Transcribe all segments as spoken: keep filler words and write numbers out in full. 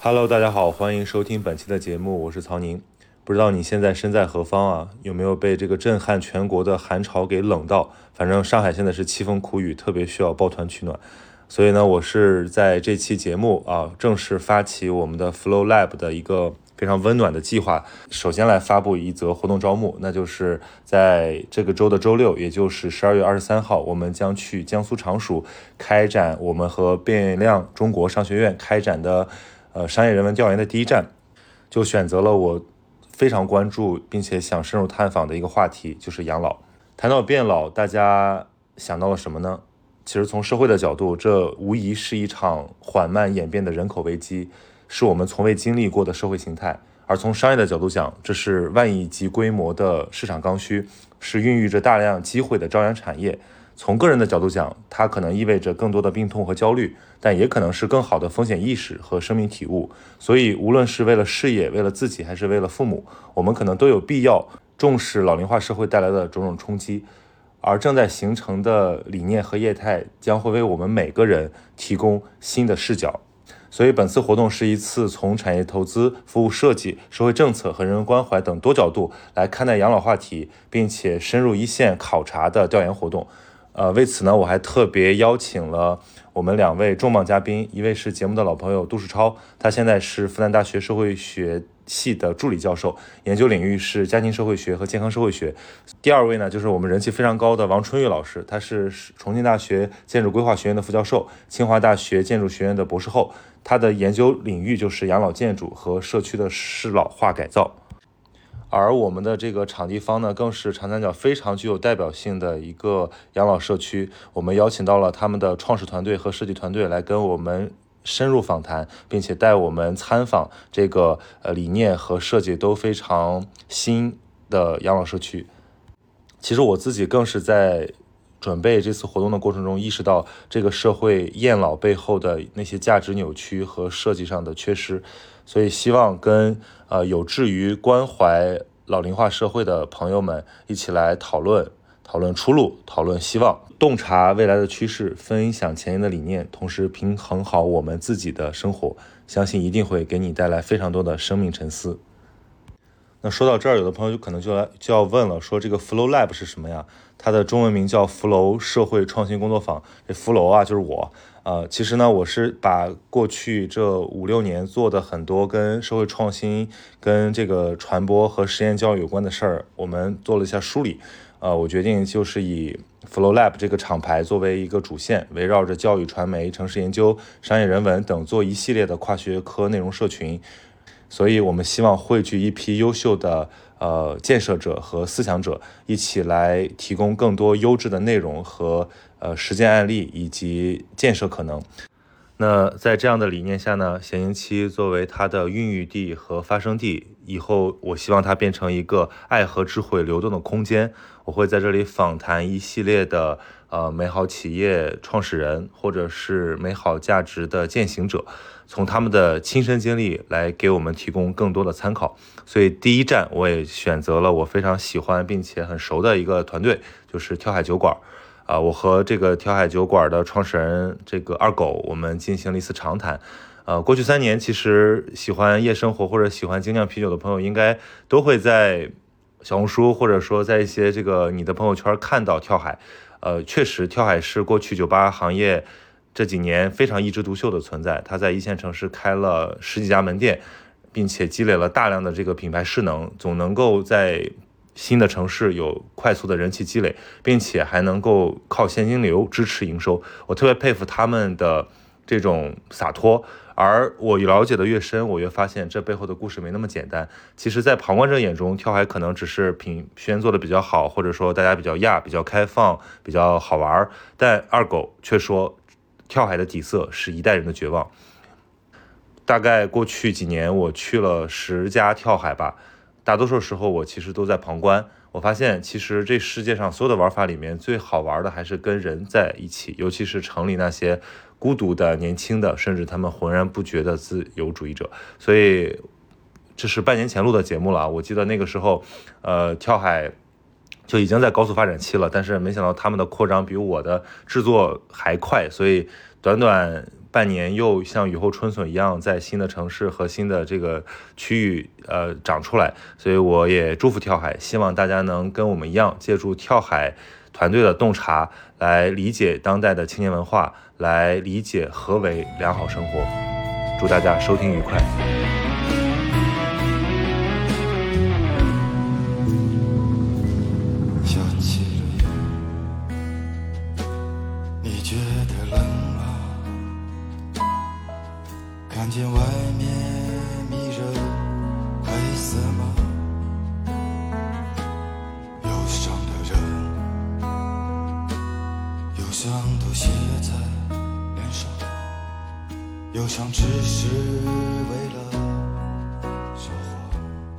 Hello，大家好，欢迎收听本期的节目，我是曹宁。不知道你现在身在何方啊？有没有被这个震撼全国的寒潮给冷到？反正上海现在是凄风苦雨，特别需要抱团取暖。所以呢，我是在这期节目啊，正式发起我们的 Flow Lab 的一个非常温暖的计划。首先来发布一则活动招募，那就是在这个周的周六，也就是十二月二十三号，我们将去江苏常熟开展我们和变量中国商学院开展的呃商业人文调研的第一站，就选择了我非常关注并且想深入探访的一个话题，就是养老。谈到变老，大家想到了什么呢？其实从社会的角度，这无疑是一场缓慢演变的人口危机，是我们从未经历过的社会形态。而从商业的角度讲，这是万亿级规模的市场刚需，是孕育着大量机会的朝阳产业。从个人的角度讲，它可能意味着更多的病痛和焦虑，但也可能是更好的风险意识和生命体悟。所以无论是为了事业，为了自己，还是为了父母，我们可能都有必要重视老龄化社会带来的种种冲击。而正在形成的理念和业态将会为我们每个人提供新的视角。所以本次活动是一次从产业投资、服务设计、社会政策和人文关怀等多角度来看待养老话题，并且深入一线考察的调研活动。呃，为此呢，我还特别邀请了我们两位重磅嘉宾，一位是节目的老朋友杜世超，他现在是复旦大学社会学系的助理教授，研究领域是家庭社会学和健康社会学。第二位呢，就是我们人气非常高的王春玉老师，他是重庆大学建筑规划学院的副教授，清华大学建筑学院的博士后，他的研究领域就是养老建筑和社区的适老化改造。而我们的这个场地方呢，更是长三角非常具有代表性的一个养老社区。我们邀请到了他们的创始团队和设计团队来跟我们深入访谈，并且带我们参访这个呃理念和设计都非常新的养老社区。其实我自己更是在准备这次活动的过程中，意识到这个社会厌老背后的那些价值扭曲和设计上的缺失，所以希望跟呃有志于关怀老龄化社会的朋友们一起来讨论讨论出路，讨论希望，洞察未来的趋势，分享前沿的理念，同时平衡好我们自己的生活，相信一定会给你带来非常多的生命沉思。那说到这儿，有的朋友就可能就来就要问了，说这个 Flow Lab 是什么呀？它的中文名叫福楼社会创新工作坊。这福楼啊，就是我。呃，其实呢，我是把过去这五六年做的很多跟社会创新、跟这个传播和实验教育有关的事儿，我们做了一下梳理。呃，我决定就是以 Flow Lab 这个厂牌作为一个主线，围绕着教育、传媒、城市研究、商业人文等做一系列的跨学科内容社群。所以我们希望汇聚一批优秀的呃建设者和思想者，一起来提供更多优质的内容和呃实践案例以及建设可能。那在这样的理念下呢，闲营期作为它的孕育地和发生地，以后我希望它变成一个爱和智慧流动的空间。我会在这里访谈一系列的呃美好企业创始人，或者是美好价值的践行者，从他们的亲身经历来给我们提供更多的参考。所以第一站我也选择了我非常喜欢并且很熟的一个团队，就是跳海酒馆。啊、呃，我和这个跳海酒馆的创始人这个二狗，我们进行了一次长谈。呃，过去三年，其实喜欢夜生活或者喜欢精酿啤酒的朋友，应该都会在小红书或者说在一些这个你的朋友圈看到跳海。呃，确实，跳海是过去酒吧行业这几年非常一枝独秀的存在。它在一线城市开了十几家门店，并且积累了大量的这个品牌势能，总能够在新的城市有快速的人气积累，并且还能够靠现金流支持营收。我特别佩服他们的这种洒脱，而我了解的越深，我越发现这背后的故事没那么简单。其实在旁观者眼中，跳海可能只是品宣做的比较好，或者说大家比较亚、比较开放、比较好玩，但二狗却说跳海的底色是一代人的绝望。大概过去几年我去了十家跳海吧，大多数时候我其实都在旁观。我发现其实这世界上所有的玩法里面，最好玩的还是跟人在一起，尤其是城里那些孤独的年轻的，甚至他们浑然不觉的自由主义者。所以这是半年前录的节目了，我记得那个时候呃，跳海就已经在高速发展期了，但是没想到他们的扩张比我的制作还快，所以短短半年又像雨后春笋一样在新的城市和新的这个区域呃长出来，所以我也祝福跳海，希望大家能跟我们一样，借助跳海团队的洞察来理解当代的青年文化，来理解何为良好生活。祝大家收听愉快。 下起了雨，你觉得冷吗？看见外面迷人黑色吗？忧伤的人，忧伤都写在脸上，忧伤只是为了说话。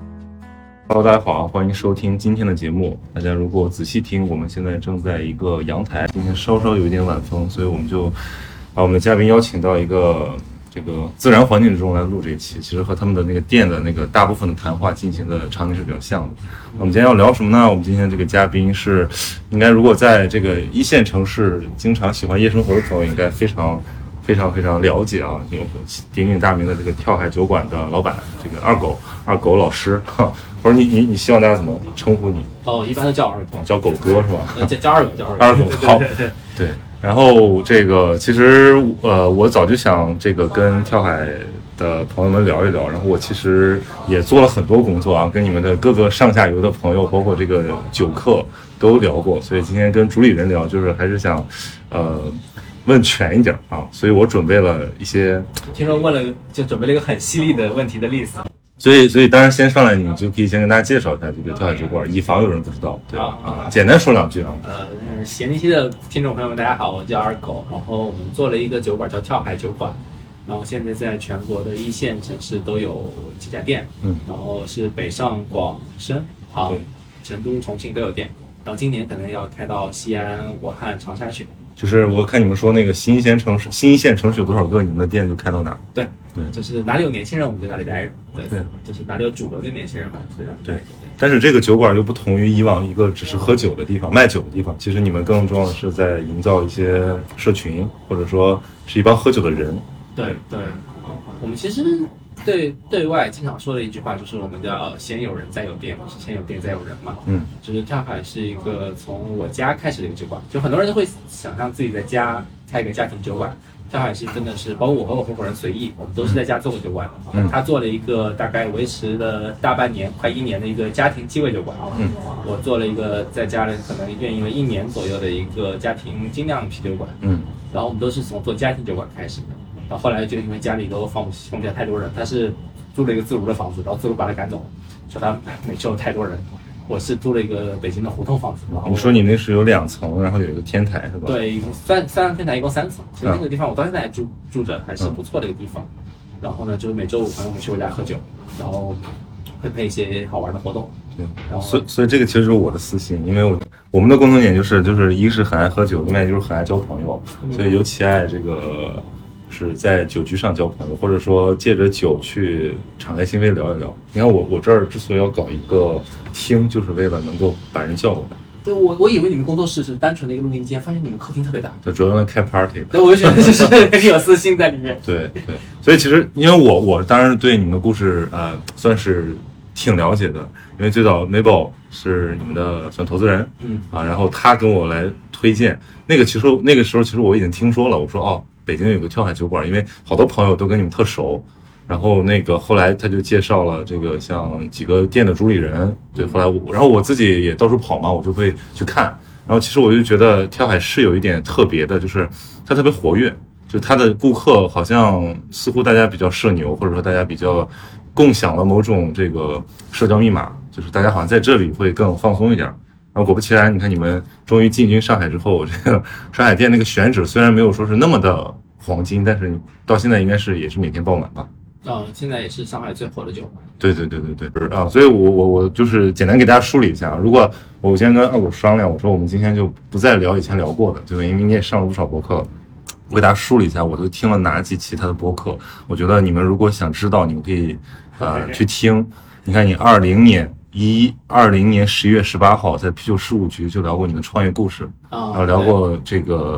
Hello， 大家好，欢迎收听今天的节目。大家如果仔细听，我们现在正在一个阳台，今天稍稍有一点晚风，所以我们就把我们的嘉宾邀请到一个这个自然环境之中来录这一期。其实和他们的那个店的那个大部分的谈话进行的场景是比较像的。我们今天要聊什么呢？我们今天这个嘉宾是，应该如果在这个一线城市经常喜欢夜生活的朋友，应该非常。非常非常了解啊，有鼎鼎大名的这个跳海酒馆的老板，这个二狗二狗老师，或者你你你希望大家怎么称呼你？ 哦，一般都叫二狗， 叫狗哥是吧？ 呃，叫叫二狗，叫二狗。 二狗好，对对对。然后这个其实呃，我早就想这个跟跳海的朋友们聊一聊，然后我其实也做了很多工作啊，跟你们的各个上下游的朋友，包括这个酒客都聊过，所以今天跟主理人聊，就是还是想呃。问全一点啊，所以我准备了一些。 听说问了，就准备了一个很犀利的问题的 list。 所以，所以当然先上来，你就可以先跟大家介绍一下这个跳海酒馆，以防有人不知道，对吧？啊，简单说两句啊。 呃，闲宁期的听众朋友们，大家好，我叫二狗，然后我们做了一个酒馆叫跳海酒馆，然后现在在全国的一线城市都有几家店，嗯，然后是北上广深啊，成都、重庆都有店，然后今年可能要开到西安、武汉、长沙去。 就是我看你们说那个新一线城市，新一线城市有多少个，你们的店就开到哪？ 对，对，就是哪里有年轻人，我们就哪里待着。对对，就是哪里有主流的年轻人嘛，对对。 但是这个酒馆又不同于以往一个只是喝酒的地方、卖酒的地方，其实你们更重要的是在营造一些社群，或者说是一帮喝酒的人。 对对，我们其实对对外经常说的一句话就是我们叫呃先有人再有店，不是先有店再有人嘛。嗯，就是跳海是一个从我家开始的一个酒馆，就很多人都会想象自己在家开一个家庭酒馆。跳海是真的是，包括我和我合伙人随意，我们都是在家做过酒馆。嗯，他做了一个大概维持了大半年、快一年的一个家庭鸡尾酒馆。嗯，我做了一个在家人可能运营了一年左右的一个家庭精酿啤酒馆。嗯，然后我们都是从做家庭酒馆开始的。然后后来就因为家里都放不放不下太多人，他是租了一个自如的房子，然后自如把他赶走，说他每周有太多人。我是租了一个北京的胡同房子。 你说你那是有两层，然后有一个天台是吧？ 对，三三层天台一共三层。其实那个地方我到现在还住住着，还是不错的一个地方。然后呢，就是每周五朋友们去我家喝酒，然后会配一些好玩的活动。 对，然后所以所以这个其实是我的私心，因为我我们的共同点就是就是一是很爱喝酒，另外就是很爱交朋友，所以尤其爱这个是在酒局上交朋友，或者说借着酒去敞开心扉聊一聊。你看我我这儿之所以要搞一个厅，就是为了能够把人叫过来。 对，我我以为你们工作室是单纯的一个录音间，发现你们客厅特别大。 对，主要用来开 party。 对，我就觉得就是很有私心在里面。 对对，所以其实因为我我当然是对你们的故事呃算是挺了解的，因为最早 Mabel 是你们的算投资人，嗯啊，然后他跟我来推荐那个，其实那个时候其实我已经听说了，我说哦，北京有个跳海酒馆，因为好多朋友都跟你们特熟。然后那个后来他就介绍了这个像几个店的主理人，对，后来我然后我自己也到处跑嘛，我就会去看。然后其实我就觉得跳海是有一点特别的，就是它特别活跃，就它的顾客好像似乎大家比较社牛，或者说大家比较共享了某种这个社交密码，就是大家好像在这里会更放松一点。然后果不其然，你看你们终于进军上海之后，这个上海店那个选址虽然没有说是那么的黄金，但是到现在应该是也是每天爆满吧。 啊、呃，现在也是上海最火的酒馆。 对对对对对，啊，所以我我我就是简单给大家梳理一下。如果我先跟二狗商量，我说我们今天就不再聊以前聊过的，对吧？因为你也上了不少博客了，我给大家梳理一下，我都听了哪几期他的博客。我觉得你们如果想知道，你们可以呃去听。你看，你二零年一二零年十一月十八号在啤酒事务局就聊过你的创业故事，然后聊过这个。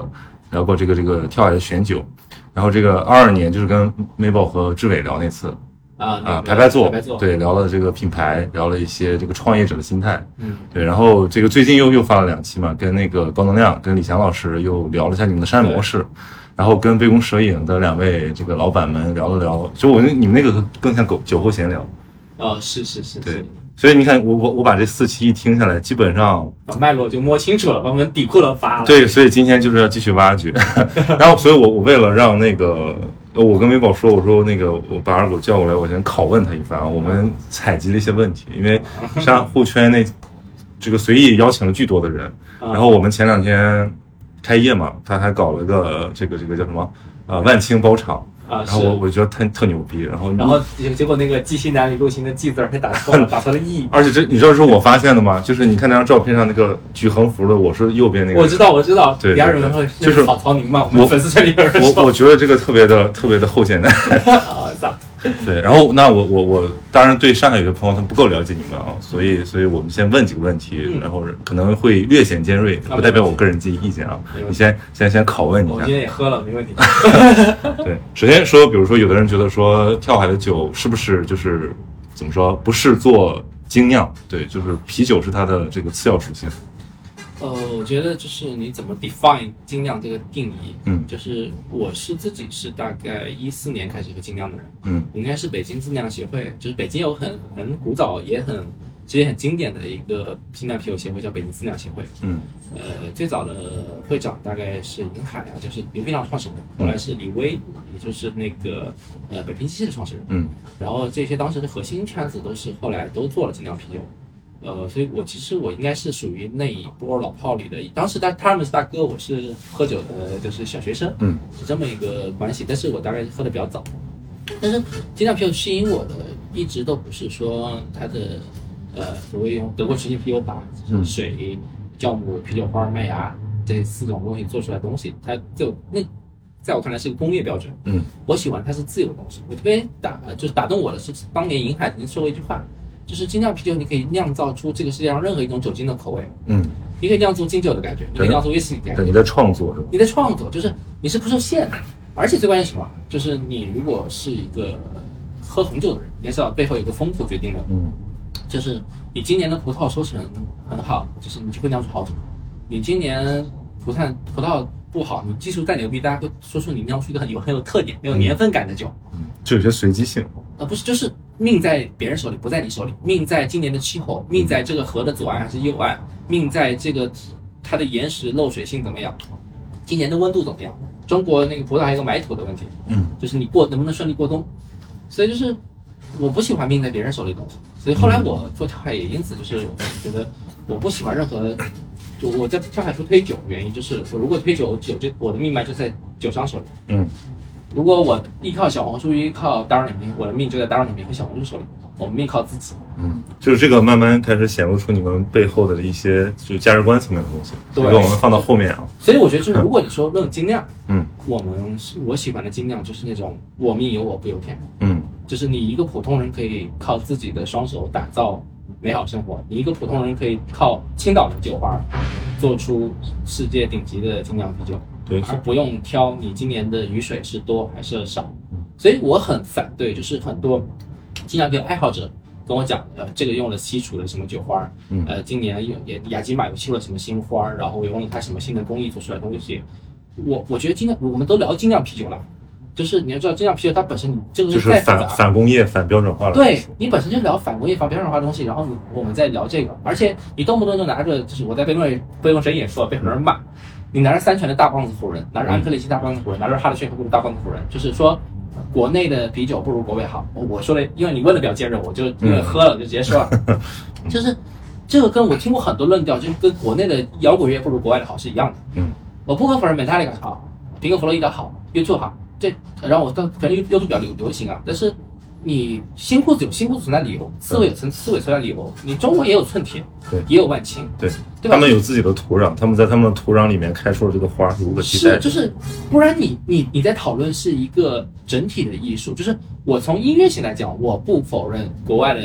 聊过这个这个跳海的选酒，然后这个二二年就是跟美宝和志伟聊那次啊啊，排排坐， 排坐对，聊了这个品牌，聊了一些这个创业者的心态， 嗯， 对，然后这个最近又又发了两期嘛，跟那个高能量，跟李翔老师又聊了一下你们的商业模式，然后跟杯弓蛇影的两位这个老板们聊了聊，就我你们那个更像酒酒后闲聊， 哦，是是是， 对。所以你看，我我我把这四期一听下来，基本上把脉络就摸清楚了，把我们底裤都发了。 对，所以今天就是要继续挖掘。然后，所以我我为了让那个，我跟美宝说，我说那个我把二狗叫过来，我先拷问他一番啊。我们采集了一些问题，因为上互圈内这个随意邀请了巨多的人，然后我们前两天开业嘛，他还搞了个这个这个叫什么呃万青包场。 啊， 然后我我觉得特特牛逼，然后然后结果那个记西南里路行的记字还打错了，打错了意。 而且这你知道是我发现的吗？就是你看那张照片上那个举横幅的，我是右边那个。 我知道，我知道。 对， 第二人会就是曹曹宁嘛，我们粉丝圈里边我我觉得这个特别的特别的后现代。 啊，咋？ 对，然后那我我我当然对上海有些朋友他不够了解你们啊，所以所以我们先问几个问题， 嗯、 然后可能会略显尖锐，不代表我个人意意见啊。你先先先拷问你一下。 我今天也喝了，没问题。 对，首先说，比如说有的人觉得说跳海的酒是不是就是怎么说不是做精酿？对，就是啤酒是它的这个次要属性。 呃，我觉得就是你怎么 define 精酿这个定义， 嗯， 就是我是自己是大概一四年开始喝精酿的人， 嗯， 应该是北京自酿协会，就是北京有很很古早也很其实很经典的一个精酿啤酒协会叫北京自酿协会， 嗯， 呃，最早的会长大概是银海啊，就是刘飞亮创始人，后来是李威，也就是那个呃北平机器的创始人， 嗯， 然后这些当时的核心圈子都是后来都做了精酿啤酒。呃，所以我其实我应该是属于那一波老炮里的，当时他他们是大哥，我是喝酒的，就是小学生， 嗯， 是这么一个关系。但是我大概喝的比较早，但是精酿啤酒吸引我的一直都不是说它的呃所谓用德国纯净啤酒法，就是水、酵母、啤酒花、麦芽这四种东西做出来的东西，它就那在我看来是个工业标准， 嗯， 我喜欢它是自由的东西。我特别打就是打动我的是当年银海曾经说过一句话。就是精酿啤酒，你可以酿造出这个世界上任何一种酒精的口味。 嗯， 你可以酿出金酒的感觉，你可以酿出威士忌的感觉。 你的创作是吧？ 你的创作就是你是不受限的，而且最关键是什么？就是你如果是一个喝红酒的人，你也知道背后有个风土决定了。 嗯， 就是你今年的葡萄收成很好，就是你就会酿出好酒。你今年葡萄葡萄不好，你技术再牛逼，大家会说出你酿出一个很有很有特点、很有年份感的酒。 嗯，就有些随机性。 呃，不是，就是命在别人手里，不在你手里。命在今年的气候，命在这个河的左岸还是右岸，命在这个它的岩石漏水性怎么样，今年的温度怎么样。中国那个葡萄还有个埋土的问题， 嗯， 就是你过能不能顺利过冬。所以就是我不喜欢命在别人手里的东西。所以后来我做跳海也因此就是觉得我不喜欢任何，就我在跳海不推酒，原因就是我如果推酒，酒就我的命脉就在酒商手里， 嗯。 如果我依靠小红书，依靠大众点评，我的命就在大众点评和小红书手里。我们命靠自己。 嗯，就是这个慢慢开始显露出你们背后的一些就价值观层面的东西。 对， 这个我们放到后面啊。 所以我觉得，就是如果你说论精酿， 嗯， 我们是我喜欢的精酿就是那种我命由我不由天。 嗯， 就是你一个普通人可以靠自己的双手打造美好生活，你一个普通人可以靠青岛的酒花做出世界顶级的精酿啤酒。 对， 而不用挑你今年的雨水是多还是少，所以我很反对，就是很多精酿啤酒爱好者跟我讲，呃，这个用了西楚的什么酒花，呃，今年有也雅基玛又出了什么新花，然后用了它什么新的工艺做出来的东西，我我觉得精酿我们都聊精酿啤酒了，就是你要知道精酿啤酒它本身你这个就是反反工业反标准化了， 对你本身就聊反工业反标准化的东西，然后你我们再聊这个，而且你动不动就拿着，就是我在杯弓杯弓蛇影也说被很多人骂。你拿着三全的大棒子湖人，拿着安克雷奇大棒子湖人，拿着哈德逊和布鲁大棒子湖人，就是说国内的啤酒不如国外好。我说的，因为你问的比较尖锐，我就因为喝了我就直接说了，就是这个跟我听过很多论调，就跟国内的摇滚乐不如国外的好是一样的。 嗯， 我不可否认 Metallica 好，平克·弗洛伊德好 ，U 二 好，这然后我刚可能 U 二 比较流流行啊，但是你新裤子有新裤子存在理由，刺猬有刺刺猬存在理由，你中国也有寸铁， 对， 也有万青， 对， 对吧？ 他们有自己的土壤，他们在他们的土壤里面开出了这个花，如何替代？ 是，就是不然你你你在讨论是一个整体的艺术，就是我从音乐性来讲，我不否认国外的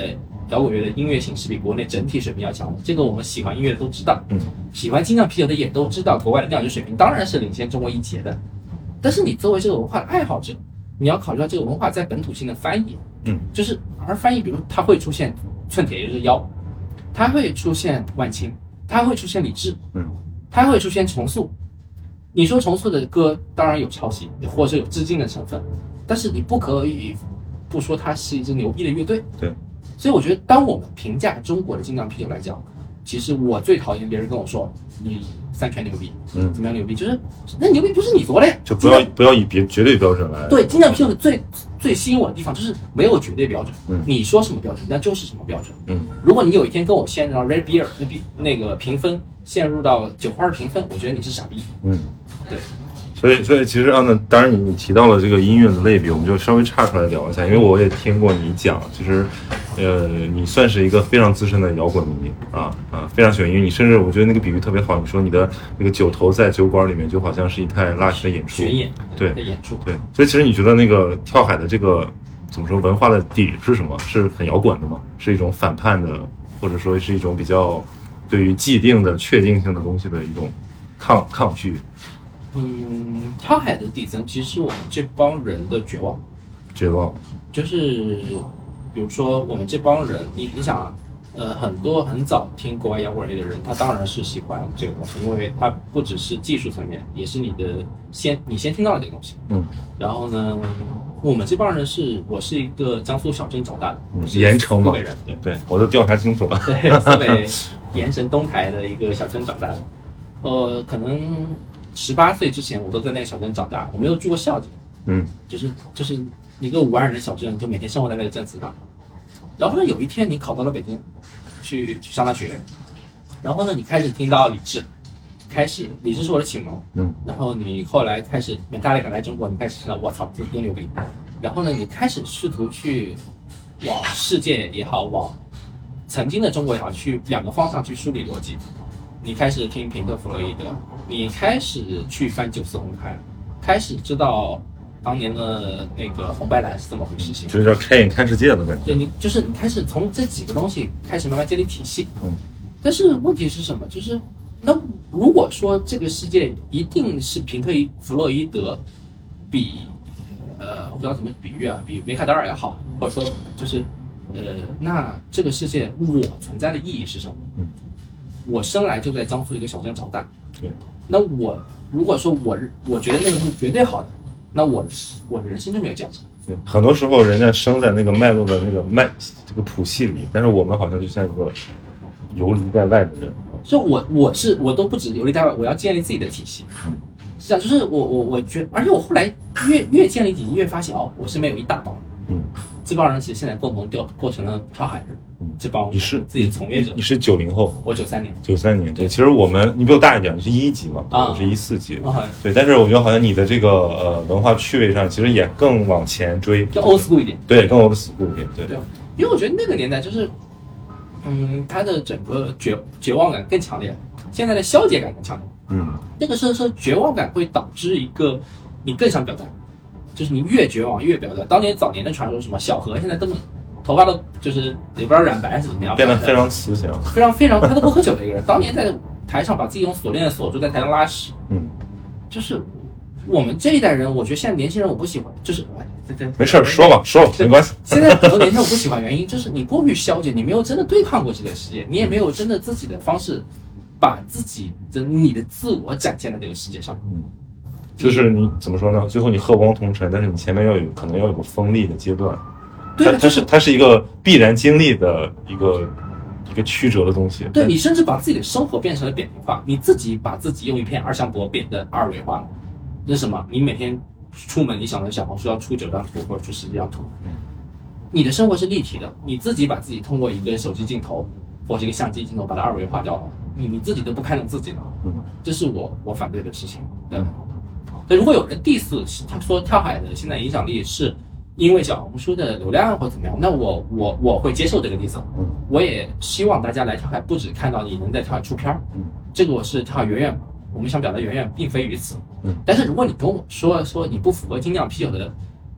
摇滚乐的音乐性是比国内整体水平要强的，这个我们喜欢音乐的都知道， 嗯， 喜欢精酿啤酒的也都知道，国外的酿酒水平当然是领先中国一截的。但是你作为这个文化的爱好者，你要考虑到这个文化在本土性的翻译， 嗯， 就是而翻译，比如它会出现寸铁，也就是腰，它会出现万青，它会出现李志， 嗯， 它会出现重塑。你说重塑的歌当然有抄袭或者有致敬的成分，但是你不可以不说它是一支牛逼的乐队。 对， 所以我觉得当我们评价中国的精酿啤酒来讲，其实我最讨厌别人跟我说你三全牛逼， 嗯， 怎么样牛逼，就是那牛逼不是你做的， 就不要不要以别绝对标准来。 对，精酿啤酒的最最吸引我的地方就是没有绝对标准， 嗯， 你说什么标准那就是什么标准， 嗯， 如果你有一天跟我陷入到 Red Beer 那比那个评分陷入到酒花的评分，我觉得你是傻逼， 嗯， 对。 所以，所以其实啊，那当然你你提到了这个音乐的类别，我们就稍微岔出来聊一下，因为我也听过你讲，其实，呃，你算是一个非常资深的摇滚迷啊啊，非常喜欢音乐。你甚至我觉得那个比喻特别好，你说你的那个酒头在酒馆里面就好像是一台拉起的演出， 巡演对的演出， 对。所以其实你觉得那个跳海的这个怎么说文化的底是什么？是很摇滚的吗？是一种反叛的，或者说是一种比较对于既定的确定性的东西的一种抗抗拒？ 嗯，跳海的底层其实是我们这帮人的绝望， 绝望， 就是比如说我们这帮人，你你想啊，呃，很多很早听国外摇滚乐的人，他当然是喜欢这个东西，因为它不只是技术层面，也是你的先你先听到的这个东西。 嗯， 然后呢，我们这帮人是，我是一个江苏小镇长大的， 嗯，盐城嘛， 河北人，对对，我都调查清楚了， 对，河北盐城东台的一个小镇长大的，呃，可能十八岁之前我都在那个小镇长大，我没有住过校街， 嗯， 就是就是一个五万人的小镇，就每天生活在那个镇子上。然后呢，有一天你考到了北京，去去上大学，然后呢，你开始听到李志，开始李志是我的启蒙， 嗯， 然后你后来开始Metallica来中国，你开始知道我操，这多牛逼，然后呢，你开始试图去往世界也好，往曾经的中国也好，去两个方向去梳理逻辑。你开始听平克·弗洛伊德，你开始去翻九四红开，开始知道当年的那个红白蓝是怎么回事情， 就是叫开眼看世界的感觉。 对，你就是你开始从这几个东西开始慢慢建立体系。 嗯， 但是问题是什么？就是那如果说这个世界一定是平克·弗洛伊德比呃我不知道怎么比喻啊，比梅卡德尔也好，或者说就是呃那这个世界我存在的意义是什么？ 嗯。 我生来就在江苏一个小镇长大， 对。 那我如果说我我觉得那个是绝对好的，那我我的人生就没有价值。 对，很多时候人家生在那个脉络的那个脉这个谱系里，但是我们好像就像一个游离在外的人。 所以我我是我都不止游离在外，我要建立自己的体系。 嗯， 是这样，就是我我我觉得，而且我后来越越建立体系，越发现哦，我身边有一大帮。 嗯， 这帮人其实现在共同调构成了跳海人。 嗯， 这帮你是自己的从业者。 你是九零后， 我九三年。 九三年，对，其实我们你比我大一点，你是一级嘛， 啊， 我是一四级， 啊， 对，但是我觉得好像你的这个呃文化趣味上，其实也更往前追， 更 old school 一点， 对，更 old school 一点，对， 对，因为我觉得那个年代就是，嗯，它的整个绝绝望感更强烈，现在的消解感更强烈， 嗯， 那个时候是绝望感会导致一个你更想表达，就是你越绝望越表达。当年早年的传说什么小何现在根本头发都就是也不知道染白还是怎么样， 变得非常慈祥， 非常非常他都不喝酒的一个人。当年在台上把自己用锁链锁住，在台上拉屎， 嗯， 就是我们这一代人，我觉得现在年轻人我不喜欢，就是对对， 没事说吧，说吧，没关系。 现在很多年轻人我不喜欢原因就是你过于消解，你没有真的对抗过这个世界，你也没有真的自己的方式把自己的你的自我展现在这个世界上。 嗯，就是你怎么说呢？最后你喝光同尘，但是你前面要有可能要有个锋利的阶段。 对， 它是它是一个必然经历的一个一个曲折的东西。 对，你甚至把自己的生活变成了扁平化，你自己把自己用一片二向箔变得二维化了。那是什么？你每天出门，你想着小红书要出九张图或者出十几张图，你的生活是立体的，你自己把自己通过一个手机镜头或者一个相机镜头把它二维化掉了，你你自己都不看重自己了。 嗯， 这是我我反对的事情。对。那如果有人 diss 他说跳海的现在影响力是因为小红书的流量或怎么样，那我我我会接受这个 diss。 嗯， 我也希望大家来跳海不只看到你能在跳海出片儿， 嗯，这个我是跳海远远我们想表达远远并非于此。 嗯， 但是如果你跟我说说你不符合精酿啤酒的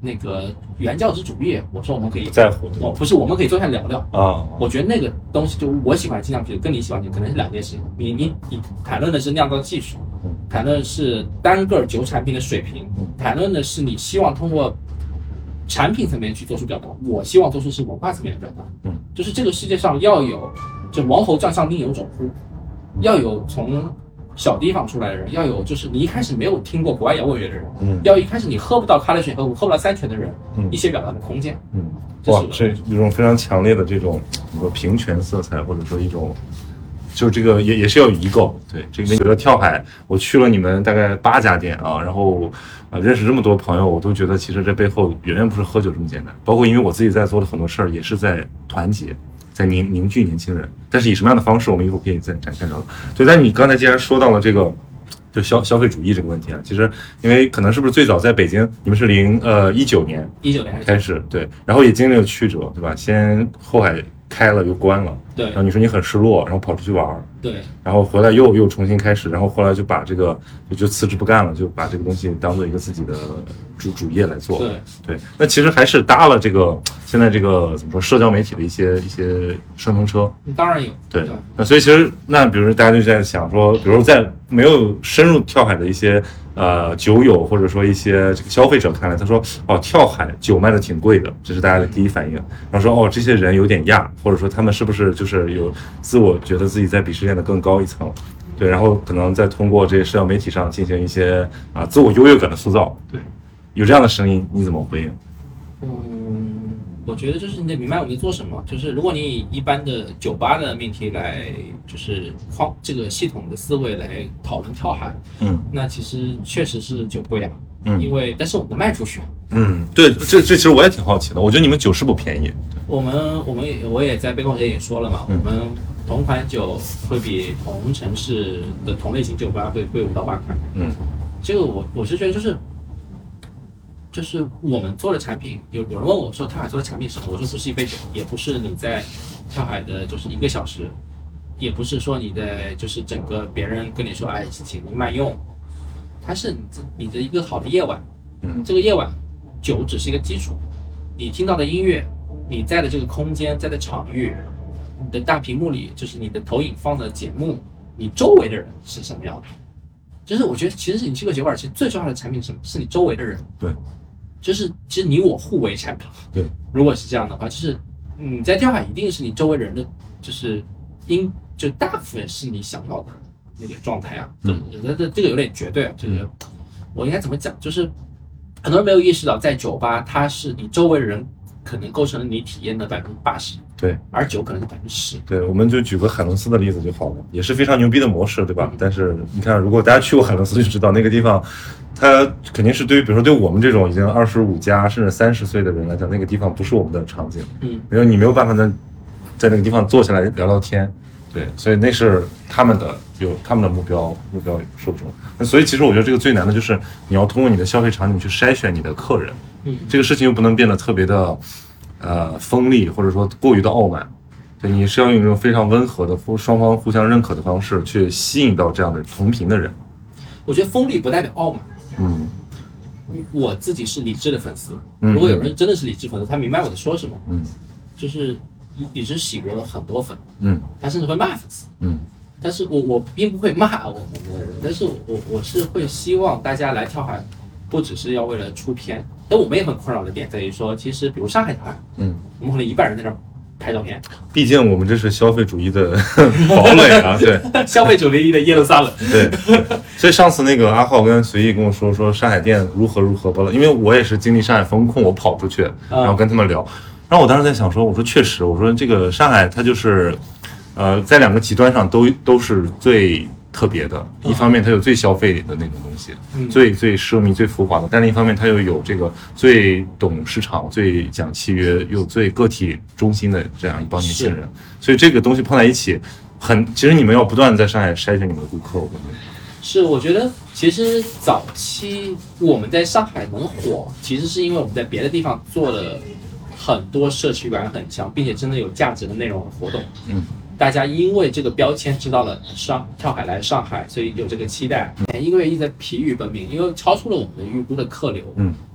那个原教旨主义，我说我们可以不在乎， 我不是我们可以坐下聊聊啊。 我觉得那个东西就我喜欢精酿啤酒，跟你喜欢啤酒可能是两件事情。你你你谈论的是酿造技术，谈论的是单个酒产品的水平，谈论的是你希望通过产品层面去做出表达，我希望做出是文化层面的表达。 嗯， 就是这个世界上要有，就王侯将相宁有种乎，要有从小地方出来的人，要有就是你一开始没有听过国外摇滚乐的人，嗯，要一开始你喝不到咖喱水和喝不到三全的人，嗯，一些表达的空间， 嗯，哇，是一种非常强烈的这种什么平权色彩，或者说一种。就这个也也是要有一个对这个觉得跳海，我去了你们大概八家店啊，然后啊认识这么多朋友，我都觉得其实这背后远远不是喝酒这么简单。包括因为我自己在做的很多事儿，也是在团结，在凝凝聚年轻人。但是以什么样的方式，我们一会儿可以再展开聊。对，但你刚才既然说到了这个就消消费主义这个问题啊，其实因为可能是不是最早在北京，你们是零呃一九年一九年开始对，然后也经历了曲折，对吧？先后海开了又关了。 对， 然后你说你很失落，然后跑出去玩， 对， 然后回来又又重新开始，然后后来就把这个就就辞职不干了，就把这个东西当做一个自己的主主业来做。 对对，那其实还是搭了这个现在这个怎么说社交媒体的一些一些顺风车。 当然有。 对，那所以其实那比如大家就在想说，比如在没有深入跳海的一些呃酒友或者说一些这个消费者看来，他说哦跳海酒卖的挺贵的，这是大家的第一反应。然后说哦这些人有点亚，或者说他们是不是就就是有自我觉得自己在比世界的更高一层，对，然后可能再通过这些社交媒体上进行一些啊自我优越感的塑造， 对， 有这样的声音，你怎么回应？ 嗯，我觉得就是你得明白我们在做什么，就是如果你以一般的酒吧的命题来，就是框这个系统的思维来讨论跳海， 嗯， 那其实确实是酒贵啊， 嗯， 因为但是我们卖出去， 嗯，对，这这其实我也挺好奇的，我觉得你们酒是不便宜。 我们我们也我也在背后也说了嘛，嗯、我们同款酒会比同城市的同类型酒吧会贵五到八块。 嗯， 这个我我是觉得就是就是我们做的产品，有有人问我说跳海做的产品是什么，我说不是一杯酒，也不是你在跳海的就是一个小时，也不是说你的就是整个别人跟你说哎请您慢用，它是你你的一个好的夜晚。 嗯， 这个夜晚酒只是一个基础，你听到的音乐。你在的这个空间，在的场域，你的大屏幕里，就是你的投影放的节目，你周围的人是什么样的？就是我觉得，其实你这个酒馆，其实最重要的产品是什么？是你周围的人。 对， 就是其实你我互为产品。 对，如果是这样的话，就是你在跳海一定是你周围人的，就是应就大部分是你想要的那个状态啊。嗯，这这个有点绝对啊，就是我应该怎么讲？就是很多人没有意识到，在酒吧，它是你周围的人。可能构成了你体验的百分之八十， 对， 而酒可能是百分之十。 对，我们就举个海伦斯的例子就好了，也是非常牛逼的模式，对吧？嗯、但是你看，如果大家去过海伦斯就知道，那个地方，它肯定是对于比如说对我们这种已经二十五加甚至三十岁的人来讲，那个地方不是我们的场景，嗯，因为你没有办法在在那个地方坐下来聊聊天，对，所以那是他们的有他们的目标目标受众。那所以其实我觉得这个最难的就是你要通过你的消费场景去筛选你的客人。 嗯， 这个事情又不能变得特别的，呃，锋利或者说过于的傲慢，对，你是要用一种非常温和的、双方互相认可的方式去吸引到这样的同频的人。 我觉得锋利不代表傲慢。 嗯， 我自己是理智的粉丝。如果有人真的是理智粉丝，他明白我在说什么。 嗯， 就是理智洗过了很多粉。 嗯， 他甚至会骂粉丝。 嗯， 但是我我并不会骂我们的人，但是我我是会希望大家来跳海。不只是要为了出片，但我们也很困扰的点在于说，其实比如上海跳海， 嗯， 我们可能一半人在这儿拍照片， 毕竟我们这是消费主义的堡垒啊，对， 消费主义的耶路撒冷， 对，所以上次那个阿浩跟随意跟我说说上海店如何如何吧了，因为我也是经历上海风控，我跑出去，然后跟他们聊，然后我当时在想说，我说确实，我说这个上海它就是，呃，在两个极端上都都是最。特别的，一方面它有最消费的那种东西， 嗯、 最最奢靡、最浮华的；但另一方面，它又有这个最懂市场、最讲契约、又最个体中心的这样一帮年轻人。所以这个东西碰在一起，很其实你们要不断在上海筛选你们的顾客。我感觉是，我觉得其实早期我们在上海能火，其实是因为我们在别的地方做了很多社区感很强，并且真的有价值的内容和活动。 嗯。 大家因为这个标签知道了上跳海来上海，所以有这个期待。因为一直在疲于奔命，因为超出了我们的预估的客流。 嗯，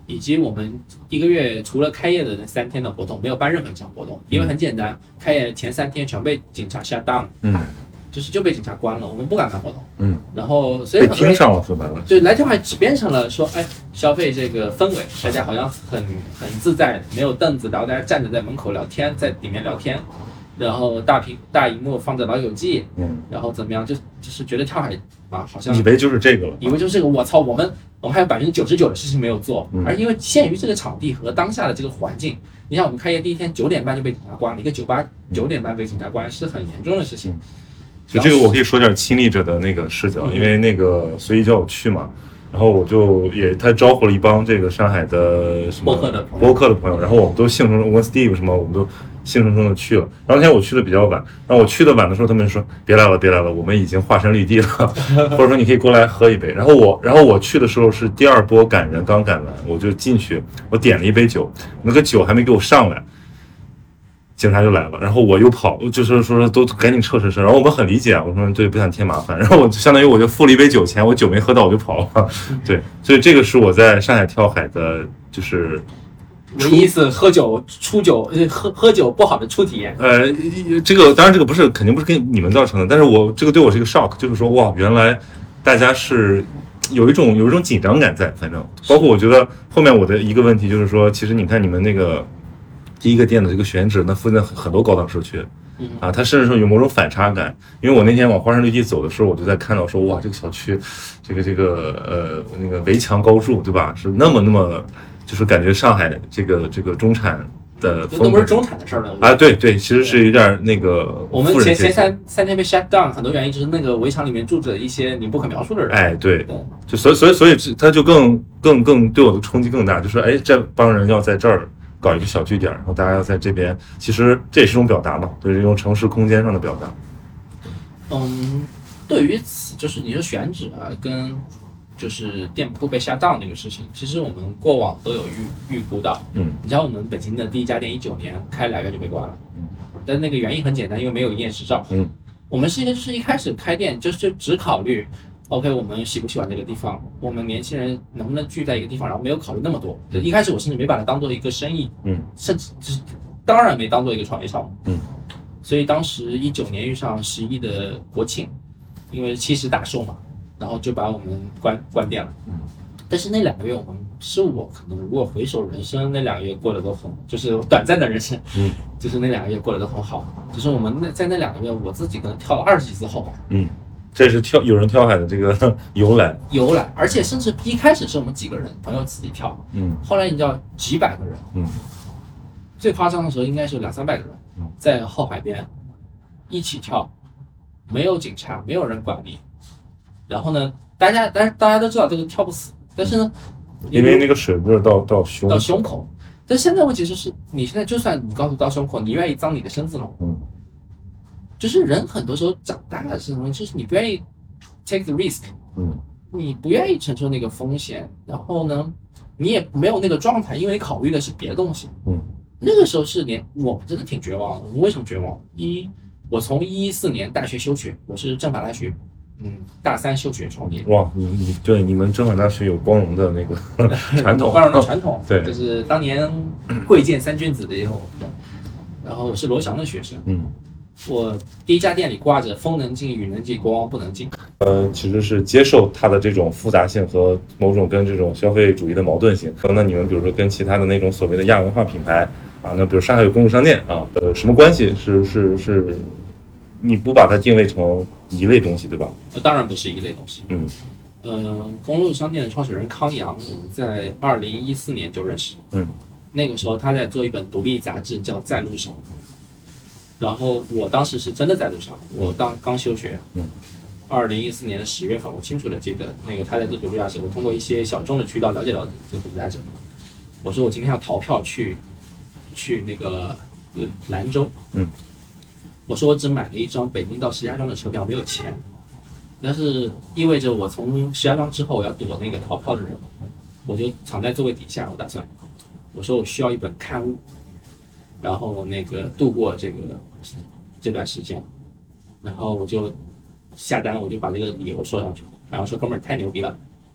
以及我们一个月除了开业的那三天的活动，没有办任何一场活动，因为很简单，开业前三天全被警察 shut down， 嗯， 就是就被警察关了，我们不敢办活动， 嗯， 然后所以被盯上了，说白了， 对，来跳海只变成了说，哎，消费这个氛围，大家好像很很自在，没有凳子，然后大家站着在门口聊天，在里面聊天。然后大屏大荧幕放着老友记，嗯，然后怎么样？就就是觉得跳海啊，好像以为就是这个了， 以为就是这个。我操，我们我们还有百分之九十九的事情没有做， 嗯、 而因为限于这个场地和当下的这个环境，你像我们开业第一天九点半就被警察关了，一个酒吧九点半被警察关是很严重的事情。 就这个我可以说点亲历者的那个视角，嗯、因为那个随意叫我去嘛。然后我就也他招呼了一帮这个上海的什么播客的播客的朋友，然后我们都兴冲冲，我跟 Steve 什么我们都兴冲冲的去了。然后那天我去的比较晚，然后我去的晚的时候，他们说别来了别来了，我们已经化身绿地了，或者说你可以过来喝一杯。然后我然后我去的时候是第二波赶人刚赶完，我就进去，我点了一杯酒，那个酒还没给我上来。警察就来了，然后我又跑，就是说都赶紧撤撤撤。然后我们很理解啊，我说对，不想添麻烦。然后我相当于我就付了一杯酒钱，我酒没喝到我就跑了。对，所以这个是我在上海跳海的，就是唯一一次喝酒出酒喝喝酒不好的初体验。 呃，这个当然这个不是肯定不是跟你们造成的，但是我这个对我是一个 shock， 就是说哇，原来大家是有一种有一种紧张感在，反正包括我觉得后面我的一个问题就是说，其实你看你们那个。第一个店的这个选址，那附近很多高档社区，啊，它甚至说有某种反差感。因为我那天往花山绿地走的时候，我就在看到说，哇，这个小区，这个这个呃那个围墙高筑，对吧？是那么那么，就是感觉上海这个这个中产的风格， 都不是中产的事儿了啊，对对，其实是有点那个。 我们前前三三天被 shut down， 很多原因就是那个围墙里面住着一些你不可描述的人。 哎，对，就所以所以所以他就更更更对我的冲击更大，就说，哎，这帮人要在这儿。搞一个小据点，然后大家要在这边，其实这也是一种表达嘛，就是一种城市空间上的表达。 嗯，对于此，就是你说选址啊，跟就是店铺被下档这个事情，其实我们过往都有预预估到。嗯，你像我们北京的第一家店，一九年开两个月就被关了。嗯，但那个原因很简单，因为没有营业执照。嗯，我们是一个就是一开始开店就是就只考虑。OK， 我们喜不喜欢这个地方？我们年轻人能不能聚在一个地方？然后没有考虑那么多。就一开始我甚至没把它当做一个生意，嗯，甚至就是当然没当做一个创业项目，嗯。所以当时一九年遇上十一的国庆，因为七十大寿嘛，然后就把我们关关店了。嗯。但是那两个月我们是我可能如果回首人生，那两个月过得都很，就是短暂的人生，嗯，就是那两个月过得都很好。就是我们那在那两个月，我自己可能跳了二十几次后海，嗯。 这是跳有人跳海的这个由来， 由来，而且甚至一开始是我们几个人朋友自己跳，嗯，后来你知道几百个人，嗯，最夸张的时候应该是两三百个人，嗯，在后海边一起跳，没有警察，没有人管你，然后呢，大家但是大家都知道这个跳不死，但是呢， 因为那个水不是到到胸到胸口，但现在问题就是你现在就算你告诉到胸口，你愿意脏你的身子吗？嗯。就是人很多时候长大了是什么？就是你不愿意 take the risk， 嗯，你不愿意承受那个风险，然后呢，你也没有那个状态，因为考虑的是别的东西，嗯，那个时候是连我真的挺绝望的。我为什么绝望？一，我从一四年大学休学，我是政法大学，嗯，大三休学创业。 哇，你你对你们政法大学有光荣的那个传统， 光荣的传统， 对， 就是当年贵贱三君子的时候，然后我是罗翔的学生，嗯。我第一家店里挂着风能进，雨能进，国王不能进。 呃，其实是接受它的这种复杂性和某种跟这种消费主义的矛盾性。那你们比如说跟其他的那种所谓的亚文化品牌啊，那比如上海有公路商店啊，呃，什么关系？是是是，你不把它定位成一类东西，对吧？ 当然不是一类东西。嗯，呃，公路商店的创始人康阳，我们在二零一四年就认识。嗯，那个时候他在做一本独立杂志，叫《在路上》。然后我当时是真的在路上，我当刚休学，嗯，二零一四年的十月份，我清楚的记得那个他在做独立杂志，我通过一些小众的渠道了解到这个独立杂志。我说我今天要逃票去去那个呃兰州，嗯，我说我只买了一张北京到石家庄的车票，没有钱，但是意味着我从石家庄之后我要躲那个逃票的人，我就藏在座位底下，我打算，我说我需要一本刊物，然后那个度过这个这段时间，然后我就下单，我就把这个理由说上去，然后说哥们儿太牛逼了，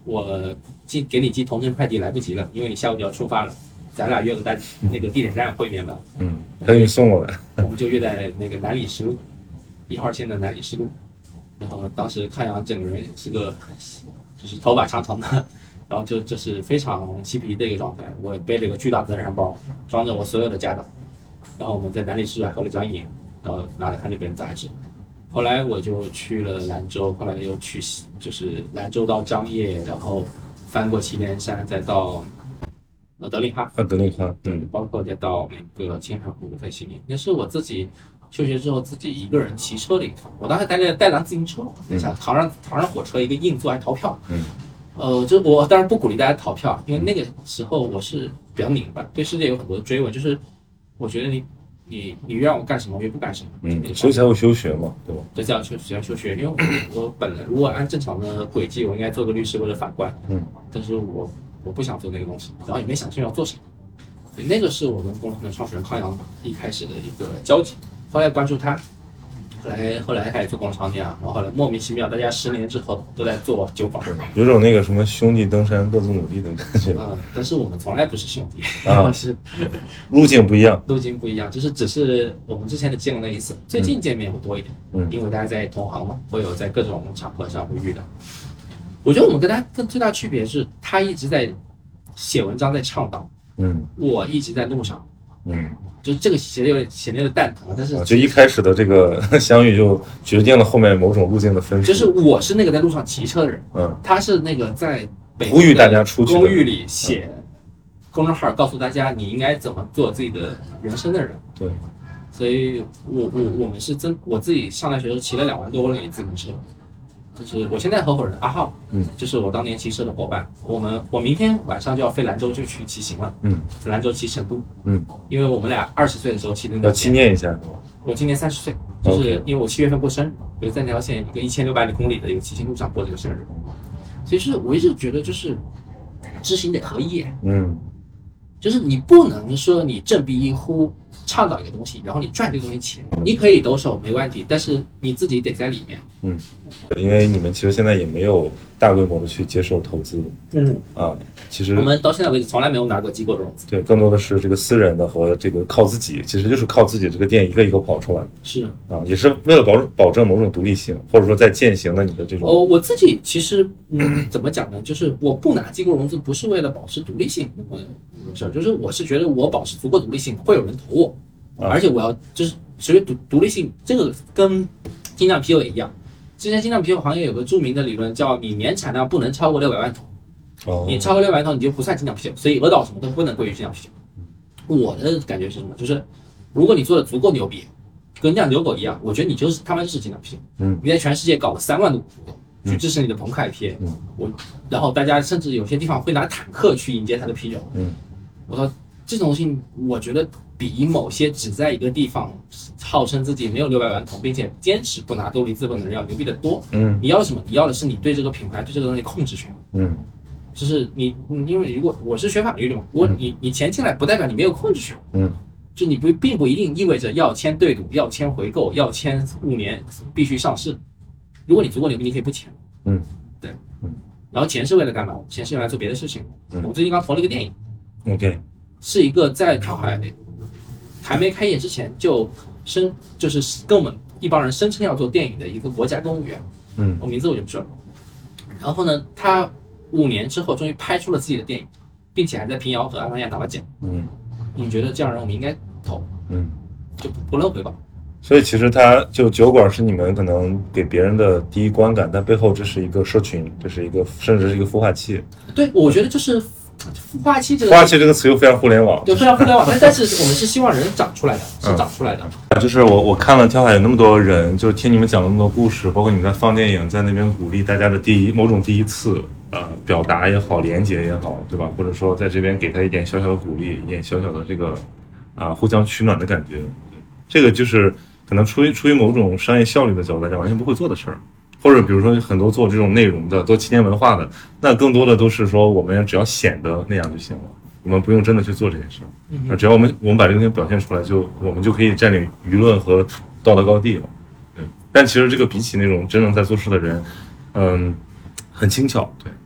我寄给你寄同城快递来不及了，因为你下午就要出发了，咱俩约个在那个地铁站会面吧。 嗯，他给你送过来。 我们就约在那个南礼士路，一号线的南礼士路。然后当时看阳整个人是个，就是头发长长的，然后就就是非常嬉皮的一个状态。我背了一个巨大的登山包，装着我所有的家当。然后我们在南礼士还喝了张饮，然后拿来看那本杂志。后来我就去了兰州，后来又去就是兰州到张掖，然后翻过祁连山，再到呃德令哈。 啊，德令哈， 对，包括再到那个青海湖飞行。那是我自己休学之后自己一个人骑车的一趟。我当时带着带辆自行车，你想扛上扛上火车一个硬座还逃票。 嗯。 呃，就我当然不鼓励大家逃票，因为那个时候我是比较拧巴，对世界有很多追问，就是我觉得你你你让我干什么，我也不干什么。 嗯，所以才会休学嘛，对吧？ 对，才要休要休学，因为我我本来如果按正常的轨迹，我应该做个律师或者法官。 嗯。但是我我不想做那个东西，然后也没想清要做什么。所以那个是我跟共创的创始人康阳一开始的一个交集，后来关注他。后来后来开始做共创店，然后后来莫名其妙，大家十年之后都在做酒坊， 有种那个什么兄弟登山各自努力的感觉。 嗯，但是我们从来不是兄弟， 啊， 是路径不一样， 路径不一样，就是只是我们之前的见过那一次，最近见面会多一点，嗯，因为大家在同行嘛，会有在各种场合上会遇到。我觉得我们跟他跟最大区别是，他一直在写文章，在倡导， 嗯， 我一直在路上， 嗯。 就是这个显得有点显得有点蛋疼，但是就一开始的这个相遇就决定了后面某种路径的分数。 就是我是那个在路上骑车的人，嗯，他是那个在北呼吁大家出去公寓里写公众号，告诉大家你应该怎么做自己的人生的人。 对， 所以我我我们是真我自己上大学时候骑了两万多公里自行车。就是我现在合伙人阿浩，嗯，就是我当年骑车的伙伴。我们我明天晚上就要飞兰州就去骑行了，嗯，兰州骑成都，嗯，因为我们俩二十岁的时候骑的那要纪念一下。 我今年三十岁，就是因为我七月份过生日，我就在那条线一个一千六百里公里的一个骑行路上过这个生日。所以是我一直觉得就是知行得合一，嗯，就是你不能说你振臂一呼倡导一个东西，然后你赚这个东西钱，你可以抖手没问题，但是你自己得在里面。 嗯，因为你们其实现在也没有大规模的去接受投资，嗯啊，其实我们到现在为止从来没有拿过机构的融资， 对，更多的是这个私人的和这个靠自己，其实就是靠自己这个店一个一个跑出来的， 是啊，也是为了保保证某种独立性，或者说在践行了你的这种。 哦，我自己其实嗯，怎么讲呢？就是我不拿机构融资，不是为了保持独立性那么事儿，就是我是觉得我保持足够独立性，会有人投我，啊、而且我要就是所谓独独立性，这个跟精酿啤酒也一样。之前精酿啤酒行业有个著名的理论叫你年产量不能超过六百万桶，哦、你超过六百万桶你就不算精酿啤酒，所以鹅岛什么都不能归于精酿啤酒。我的感觉是什么？就是如果你做的足够牛逼，跟酿酒狗一样，我觉得你就是他们就是精酿啤酒。嗯，你在全世界搞了三万度去支持你的朋克 I P A， 嗯，我然后大家甚至有些地方会拿坦克去迎接他的啤酒。嗯，我说这种东西，我觉得比某些只在一个地方号称自己没有六百万桶，并且坚持不拿独立资本的人要牛逼得多。嗯，你要什么？你要的是你对这个品牌、对这个东西控制权。嗯，就是你，因为如果我是学法律的嘛，我你你钱进来不代表你没有控制权。嗯，就你不并不一定意味着要签对赌、要签回购、要签五年必须上市。如果你足够牛逼，你可以不签。嗯，对。嗯，然后钱是为了干嘛？钱是用来做别的事情。嗯，我最近刚投了一个电影。 OK。 是一个在上海还没开业之前就声就是跟我们一帮人声称要做电影的一个国家公务员，嗯，我名字我就不说了。然后呢，他五年之后终于拍出了自己的电影，并且还在平遥和阿那亚拿了奖。嗯，你觉得这样人我们应该投？嗯，就不论回报。 所以其实他就酒馆是你们可能给别人的第一观感，但背后这是一个社群，这是一个甚至是一个孵化器。 对，我觉得就是。孵化器这个孵化器这个词又非常互联网， 对，非常互联网，但但是我们是希望人长出来的，是长出来的。 嗯、就是我我看了跳海有那么多人，就是听你们讲了那么多故事，包括你们在放电影，在那边鼓励大家的第一某种第一次，呃，表达也好，连结也好，对吧？或者说在这边给他一点小小的鼓励，一点小小的这个啊、呃、互相取暖的感觉，这个就是可能出于出于某种商业效率的角度来讲，完全不会做的事儿。或者比如说很多做这种内容的做青年文化的，那更多的都是说我们只要显得那样就行了，我们不用真的去做这件事，嗯、只要我们我们把这个东西表现出来，就我们就可以占领舆论和道德高地了。对，但其实这个比起那种真正在做事的人，嗯，很轻巧。对，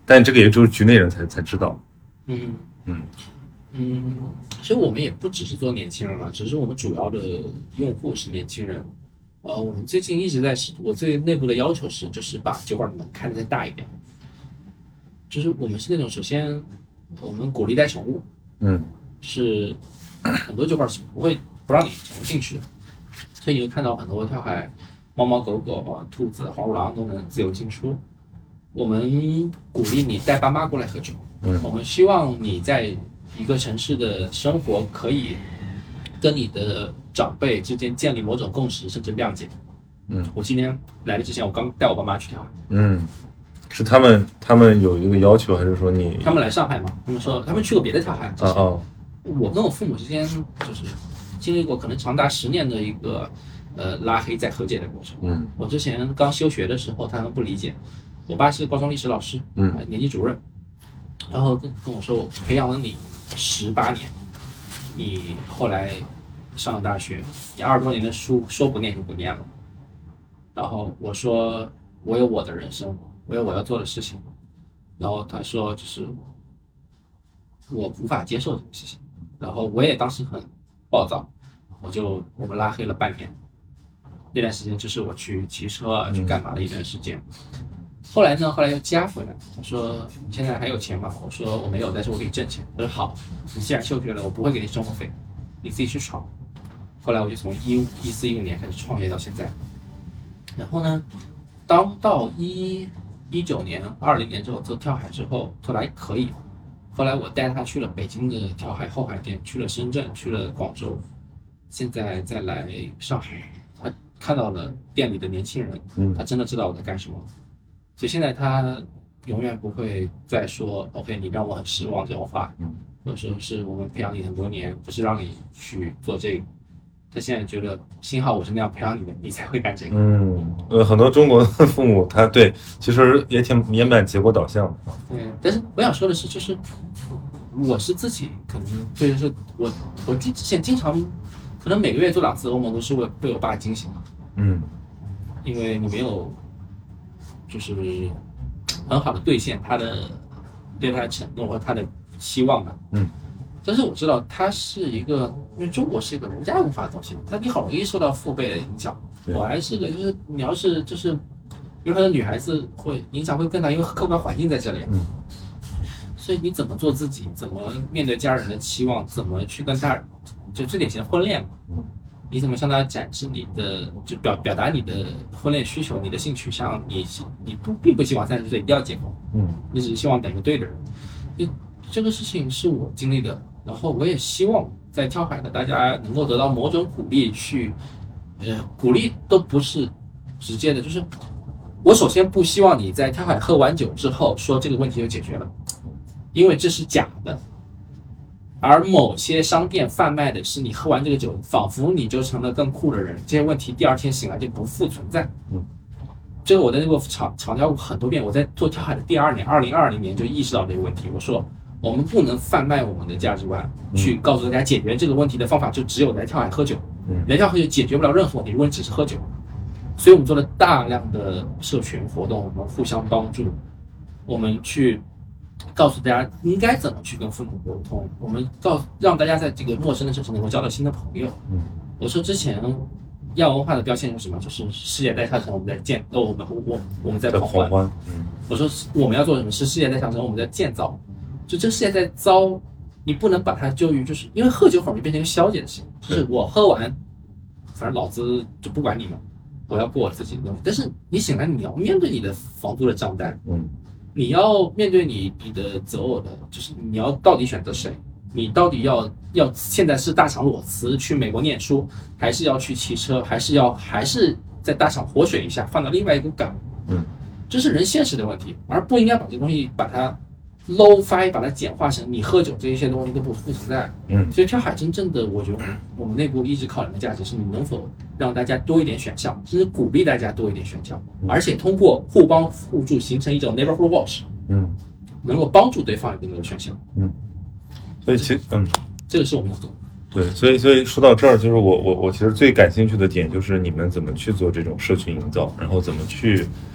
但这个也只有局内人才才知道。 嗯嗯嗯，其实我们也不只是做年轻人了，只是我们主要的用户是年轻人。呃，我们最近一直在，我对内部的要求是，就是把酒馆的门开得再大一点。就是我们是那种，首先我们鼓励带宠物， 嗯， 是很多酒馆是不会不让你宠物进去的，所以你会看到很多跳海猫猫狗狗啊、兔子、黄鼠狼都能自由进出。我们鼓励你带爸妈过来喝酒， 嗯， 我们希望你在一个城市的生活可以跟你的长辈之间建立某种共识，甚至谅解。 嗯， 我今天来的之前，我刚带我爸妈去跳海。 嗯，是他们他们有一个要求，还是说你他们来上海嘛？他们说他们去过别的跳海。 啊哦， 我跟我父母之间就是经历过可能长达十年的一个呃拉黑再和解的过程。 嗯， 我之前刚休学的时候，他们不理解。我爸是高中历史老师， 嗯， 年级主任，然后跟跟我说，我培养了你十八年，你后来上了大学，你二十多年的书说不念就不念了。然后我说我有我的人生，我有我要做的事情。然后他说就是我无法接受这个事情，然后我也当时很暴躁，我就我们拉黑了半年。那段时间就是我去骑车啊，去干嘛的一段时间。后来呢，后来又加回来，他说你现在还有钱吗？我说我没有，但是我给你挣钱。他说好，你既然休学了，我不会给你生活费，你自己去闯。后来我就从一一四一五年开始创业到现在。然后呢，当到一一九年、二零年之后做跳海之后，做的还可以。后来我带他去了北京的跳海后海店，去了深圳，去了广州，现在再来上海，他看到了店里的年轻人，他真的知道我在干什么。所以现在他永远不会再说 OK 你让我很失望这种话，或者说是我们培养你很多年不是让你去做这个。他现在觉得幸好我是那样培养你的，你才会干这个。 嗯，呃，很多中国的父母他对其实也挺也蛮结果导向的。 对，但是我想说的是，就是我是自己可能就是我我之前经常可能每个月做两次欧盟都是为被我爸惊醒， 嗯， 因为你没有就是很好的兑现他的对他的承诺和他的期望吧。 嗯， 但是我知道它是一个，因为中国是一个儒家文化的东西，那你好容易受到父辈的影响。我还是个，就是你要是就是，比如说女孩子会影响会更大，因为客观环境在这里。 嗯， 所以你怎么做自己，怎么面对家人的期望，怎么去跟他，就最典型的婚恋嘛。 嗯， 你怎么向他展示你的，就表表达你的婚恋需求，你的性取向，你你不并不希望三十岁一定要结婚， 嗯， 你只是希望等一个对的人。因这个事情是我经历的，然后我也希望在跳海的大家能够得到某种鼓励去，呃，鼓励都不是直接的，就是我首先不希望你在跳海喝完酒之后说这个问题就解决了，因为这是假的。而某些商店贩卖的是你喝完这个酒，仿佛你就成了更酷的人，这些问题第二天醒来就不复存在。 嗯， 这个我在那个强强调过很多遍。我在做跳海的第二年，二零二零年就意识到这个问题。我说，我们不能贩卖我们的价值观，去告诉大家解决这个问题的方法就只有来跳海喝酒。 嗯， 来跳海喝酒解决不了任何问题，如果你只是喝酒。所以我们做了大量的社群活动，我们互相帮助，我们去告诉大家应该怎么去跟父母沟通，我们告让大家在这个陌生的城市能够交到新的朋友。 嗯， 我说之前亚文化的标签是什么？就是世界在下沉，我们在建，哦，我们我我们在狂欢。 欢。嗯， 我说我们要做什么？是世界在下沉，我们在建造。就这个世界在糟，你不能把它就于就是因为喝酒很容易变成一个消解的事情，就是我喝完，反正老子就不管你们，我要过我自己的东西。但是你醒来，你要面对你的房租的账单。 嗯。 你要面对你你的择偶的，就是你要到底选择谁？你到底要要现在是大厂裸辞去美国念书，还是要去骑车，还是要还是在大厂活水一下，放到另外一个岗？ 嗯，这是人现实的问题，而不应该把这东西把它 low fi 把它简化成你喝酒这一些东西都不复存在。 嗯， 所以跳海真正的，我觉得我们内部一直考量的价值是你能否让大家多一点选项，甚至鼓励大家多一点选项，而且通过互帮互助形成一种 neighborhood watch， 嗯， 能够帮助对方有更多的选项。 嗯，所以其实嗯， 这个是我们要做的。 对，所以所以说到这儿，就是我我我其实最感兴趣的点就是你们怎么去做这种社群营造，然后怎么去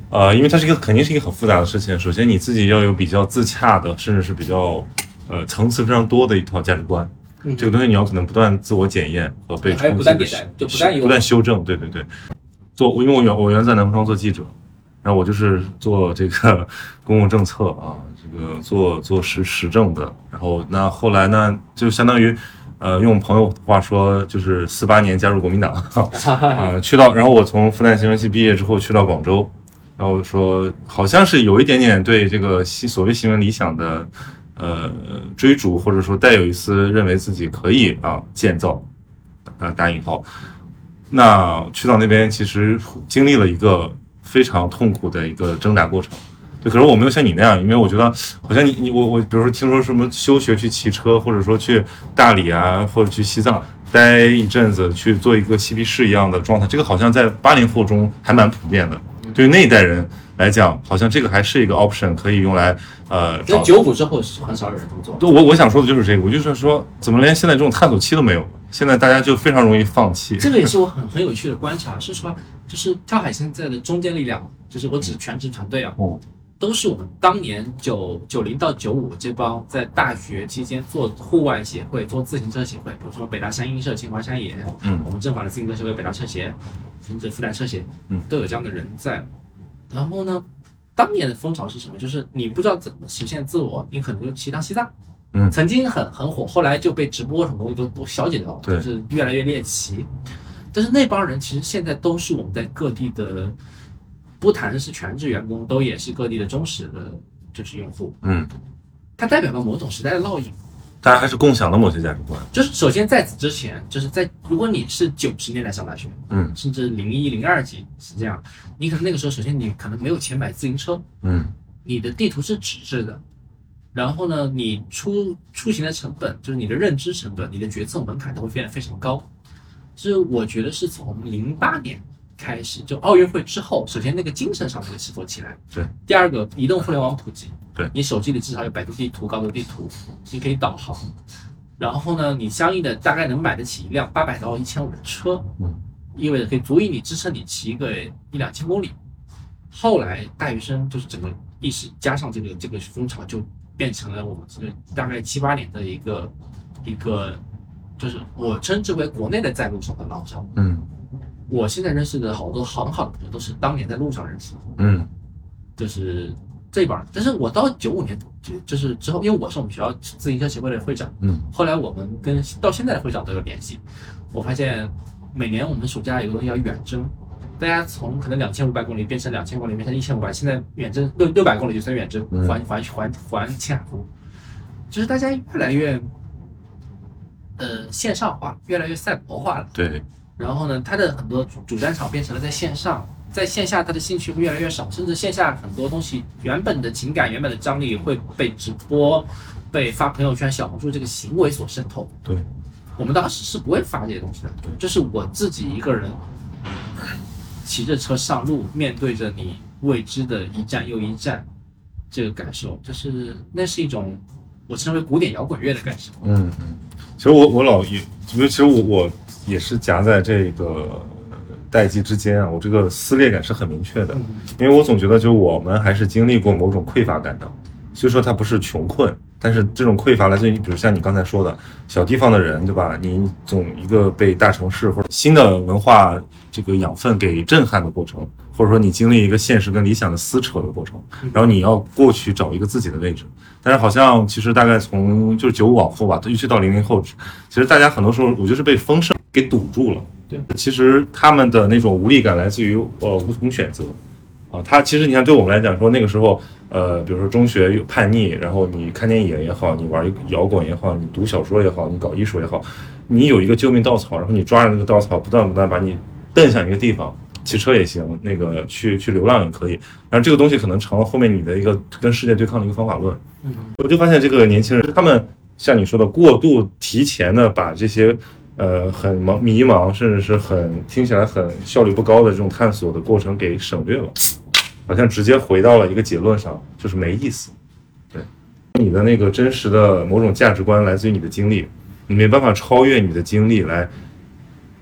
呃，因为它是一个肯定是一个很复杂的事情。首先你自己要有比较自洽的，甚至是比较呃层次非常多的一套价值观。嗯、这个东西你要可能不断自我检验和被重新就不断不断修正。对对对，做因为我原我原来在南方窗做记者，然后我就是做这个公共政策啊，这个做做时时政的。然后那后来呢，就相当于。呃，用朋友话说，就是四八年加入国民党啊、呃，去到，然后我从复旦新闻系毕业之后去到广州，然后说好像是有一点点对这个所谓新闻理想的呃追逐，或者说带有一丝认为自己可以啊建造，呃打引号。那去到那边其实经历了一个非常痛苦的一个挣扎过程。可是我没有像你那样，因为我觉得好像你你我我，比如说听说什么休学去骑车，或者说去大理啊，或者去西藏待一阵子，去做一个嬉皮士一样的状态，这个好像在八零后中还蛮普遍的。对于那一代人来讲，好像这个还是一个 option， 可以用来呃。 在九五之后是很少有人这么做。 对，我我想说的就是这个，我就是说，怎么连现在这种探索期都没有？现在大家就非常容易放弃。 这个也是我很很有趣的观察，是说，就是跳海现在的中坚力量，就是我指全职团队啊。嗯都是我们当年九九零到九五这帮在大学期间做户外协会、做自行车协会，比如说北大山鹰社、清华山野，嗯，我们正法的自行车协会、北大车协，甚至复旦车协，嗯，都有这样的人在。然后呢，当年的风潮是什么？就是你不知道怎么实现自我，你可能就骑趟西藏，嗯，曾经很很火，后来就被直播什么东西都都消解掉了，就是越来越猎奇。但是那帮人其实现在都是我们在各地的。不谈是全职员工，都也是各地的忠实的，就是用户。嗯，它代表了某种时代的烙印， 大家还是共享的某些价值观。 就是首先在此之前，就是在如果你是九十年代上大学，嗯，甚至零一零二级是这样，你可能那个时候，首先你可能没有钱买自行车，嗯，你的地图是纸质的，然后呢，你出出行的成本，就是你的认知成本，你的决策门槛都会变得非常高。所以我觉得是从零八年。开始就奥运会之后，首先那个精神上的势头起来， 对。 第二个，移动互联网普及， 对， 你手机里至少有百度地图、高德地图，你可以导航。然后呢，你相应的大概能买得起一辆八百到一千五的车，嗯，意味着可以足以你支撑你骑一个一两千公里。后来大学生就是整个意识加上这个这个风潮，就变成了我们这个大概七八年的一个一个，就是我称之为国内的在路上的浪潮，嗯。我现在认识的好多很好的朋友都是当年在路上认识的，嗯，就是这一帮。但是我到九五年就是之后，因为我是我们学校自行车协会的会长，嗯，后来我们跟到现在的会长都有联系。我发现每年我们暑假有个东西叫远征，大家从可能两千五百公里变成两千公里，变成一千五百，现在远征六六百公里就算远征，环环环环青海湖，就是大家越来越呃线上化，越来越赛博化了， 对。 然后呢，它的很多主战场变成了在线上，在线下它的兴趣会越来越少，甚至线下很多东西原本的情感、原本的张力会被直播、被发朋友圈、小红书这个行为所渗透。 对， 我们当时是不会发这些东西的，就是我自己一个人骑着车上路，面对着你未知的一站又一站，这个感受，就是那是一种我称为古典摇滚乐的感受。 嗯嗯，其实我我老也，因为其实我我。也是夹在这个代际之间啊，我这个撕裂感是很明确的，因为我总觉得就我们还是经历过某种匮乏感的，所以说它不是穷困，但是这种匮乏来自于，比如像你刚才说的小地方的人，对吧？你总一个被大城市或者新的文化这个养分给震撼的过程，或者说你经历一个现实跟理想的撕扯的过程，然后你要过去找一个自己的位置。但是好像其实大概从就是九五往后吧，尤其到零零后，其实大家很多时候我觉得是被丰盛给堵住了。 对， 其实他们的那种无力感来自于呃无从选择啊。他其实你看对我们来讲说那个时候呃，比如说中学有叛逆，然后你看电影也好，你玩摇滚也好，你读小说也好，你搞艺术也好，你有一个救命稻草，然后你抓着那个稻草，不断不断把你蹬向一个地方。骑车也行，那个去去流浪也可以，然后这个东西可能成了后面你的一个跟世界对抗的一个方法论。嗯，我就发现这个年轻人，他们像你说的，过度提前的把这些呃很茫迷茫，甚至是很听起来很效率不高的这种探索的过程给省略了，好像直接回到了一个结论上，就是没意思。对，你的那个真实的某种价值观来自于你的经历，你没办法超越你的经历来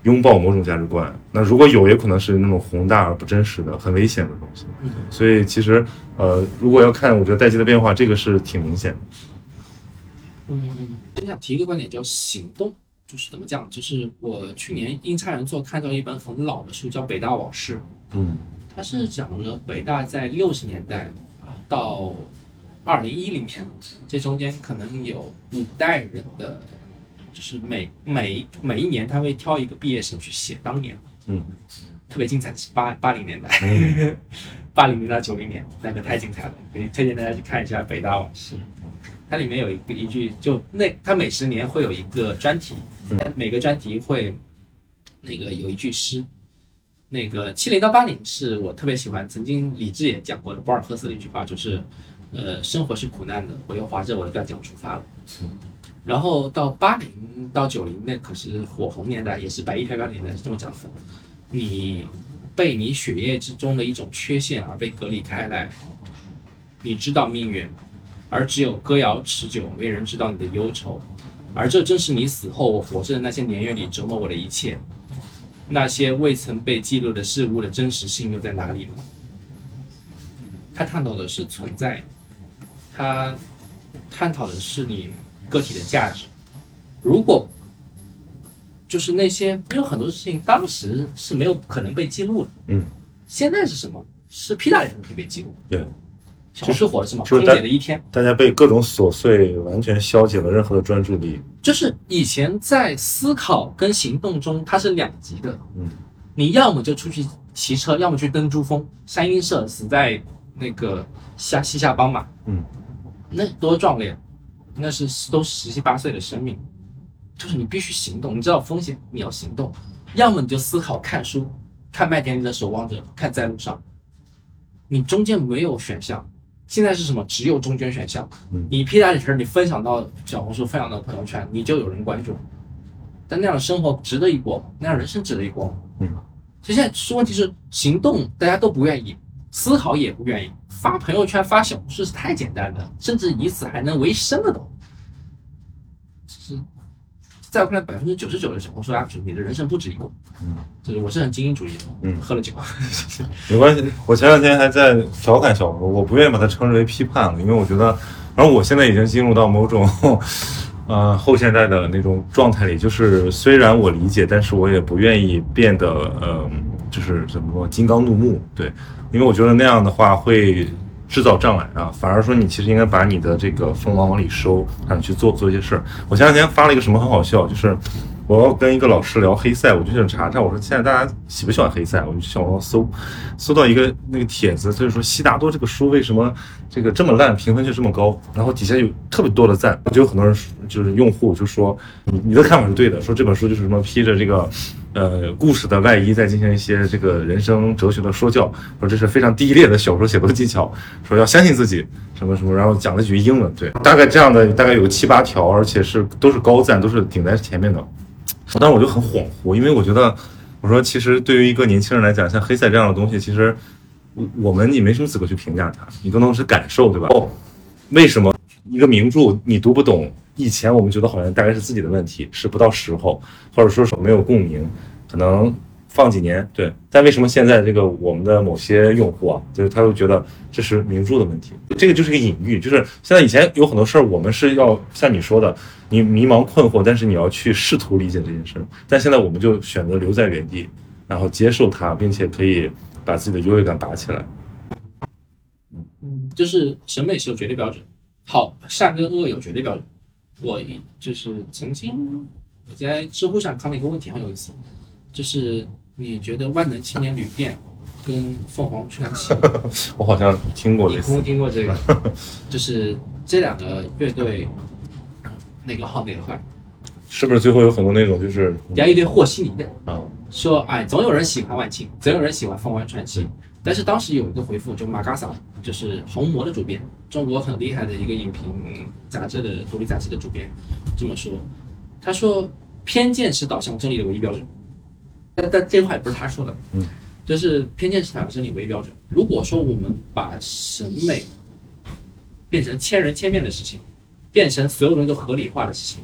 拥抱某种价值观。那如果有，也可能是那种宏大而不真实的、很危险的东西。所以其实呃，如果要看，我觉得代际的变化，这个是挺明显的。 嗯，我想提一个观点叫行动，就是怎么讲？就是我去年阴差阳错看到一本很老的书，叫《北大往事》。 嗯， 它是讲了北大在六十年代到二零一零年这中间可能有五代人的，就是每每每一年他会挑一个毕业生去写当年。 嗯， 特别精彩的是八八零年代，八零年到九零年那个太精彩了，可以推荐大家去看一下《北大往事》。它里面有一个一句，就那它每十年会有一个专题，每个专题会那个有一句诗。那个七零到八零是我特别喜欢，曾经李志也讲过的博尔赫斯的一句话，就是呃，生活是苦难的，我又划着我的断脚出发了。然后到八零到九零，那可是火红年代，也是白衣飘飘年代，是这么讲的。你被你血液之中的一种缺陷而被隔离开来，你知道命运，而只有歌谣持久，没人知道你的忧愁。而这正是你死后我活着的那些年月里折磨我的一切。那些未曾被记录的事物的真实性又在哪里呢？他探讨的是存在，他探讨的是你个体的价值。如果就是那些有很多事情当时是没有可能被记录的， 嗯， 现在是什么？是屁大点可以被记录。 对， 小时活是吗？ 就是空姐的一天， 大家被各种琐碎完全消解了任何的专注力。 就是以前在思考跟行动中，它是两极的。 嗯， 你要么就出去骑车，要么去登珠峰。山阴社死在那个下西夏邦嘛， 嗯， 那多壮烈，那是都十七八岁的生命，就是你必须行动，你知道风险，你要行动。要么你就思考、看书，看麦田里的守望者，看在路上，你中间没有选项。现在是什么？只有中间选项。你屁大点事儿，你分享到小红书，分享到朋友圈，你就有人关注。但那样的生活值得一过，那样人生值得一过。 嗯， 所以现在是问题是行动，大家都不愿意，思考也不愿意，发朋友圈、发小红书是太简单的，甚至以此还能为生的都。是，在我看来，百分之九十九的小红书 U P 主，你的人生不值一过。嗯，就是我是很精英主义的。嗯，喝了酒。 没关系，我前两天还在调侃小红，我不愿意把它称之为批判了，因为我觉得，而我现在已经进入到某种，呃，后现代的那种状态里，就是虽然我理解，但是我也不愿意变得，呃，就是怎么说，金刚怒目，对，因为我觉得那样的话会制造障碍啊，反而说你其实应该把你的这个锋芒往里收，让你去做做一些事儿。我前两天发了一个什么很好笑，就是我要跟一个老师聊黑塞，我就想查查，我说现在大家喜不喜欢黑塞，我就上网上搜，搜到一个那个帖子，就是说悉达多这个书为什么这个这么烂，评分就这么高，然后底下有特别多的赞，就有很多人就是用户就说你你的看法是对的，说这本书就是什么披着这个呃故事的外衣在进行一些这个人生哲学的说教，说这是非常低劣的小说写作技巧，说要相信自己什么什么，然后讲了几句英文，对，大概这样的大概有个七八条，而且是都是高赞，都是顶在前面的。当时我就很恍惚，因为我觉得，我说其实对于一个年轻人来讲，像黑塞这样的东西，其实我们也没什么资格去评价它，你更多是感受，对吧？哦，为什么一个名著你读不懂？以前我们觉得好像大概是自己的问题，是不到时候，或者说是没有共鸣，可能放几年，对。但为什么现在这个我们的某些用户啊，就是他会觉得这是名著的问题？这个就是个隐喻，就是现在以前有很多事儿，我们是要像你说的。你迷茫困惑，但是你要去试图理解这件事。但现在我们就选择留在原地，然后接受它，并且可以把自己的优越感拔起来。 嗯，就是审美是有绝对标准，好善跟恶有绝对标准。我就是曾经我在知乎上看了一个问题，很有意思，就是你觉得万能青年旅店跟凤凰传奇， 我好像听过类似， 你听过这个？就是这两个乐队。哪个好哪个坏？ 是不是最后有很多那种就是底下一堆和稀泥的啊， 说哎，总有人喜欢万青，总有人喜欢凤凰传奇。但是当时有一个回复，就马嘎萨，就是红魔的主编，中国很厉害的一个影评杂志的独立杂志的主编，这么说。他说偏见是导向真理的唯一标准。但但这句话也不是他说的，嗯，就是偏见是导向真理唯一标准。如果说我们把审美变成千人千面的事情。变成所有人都合理化的事情，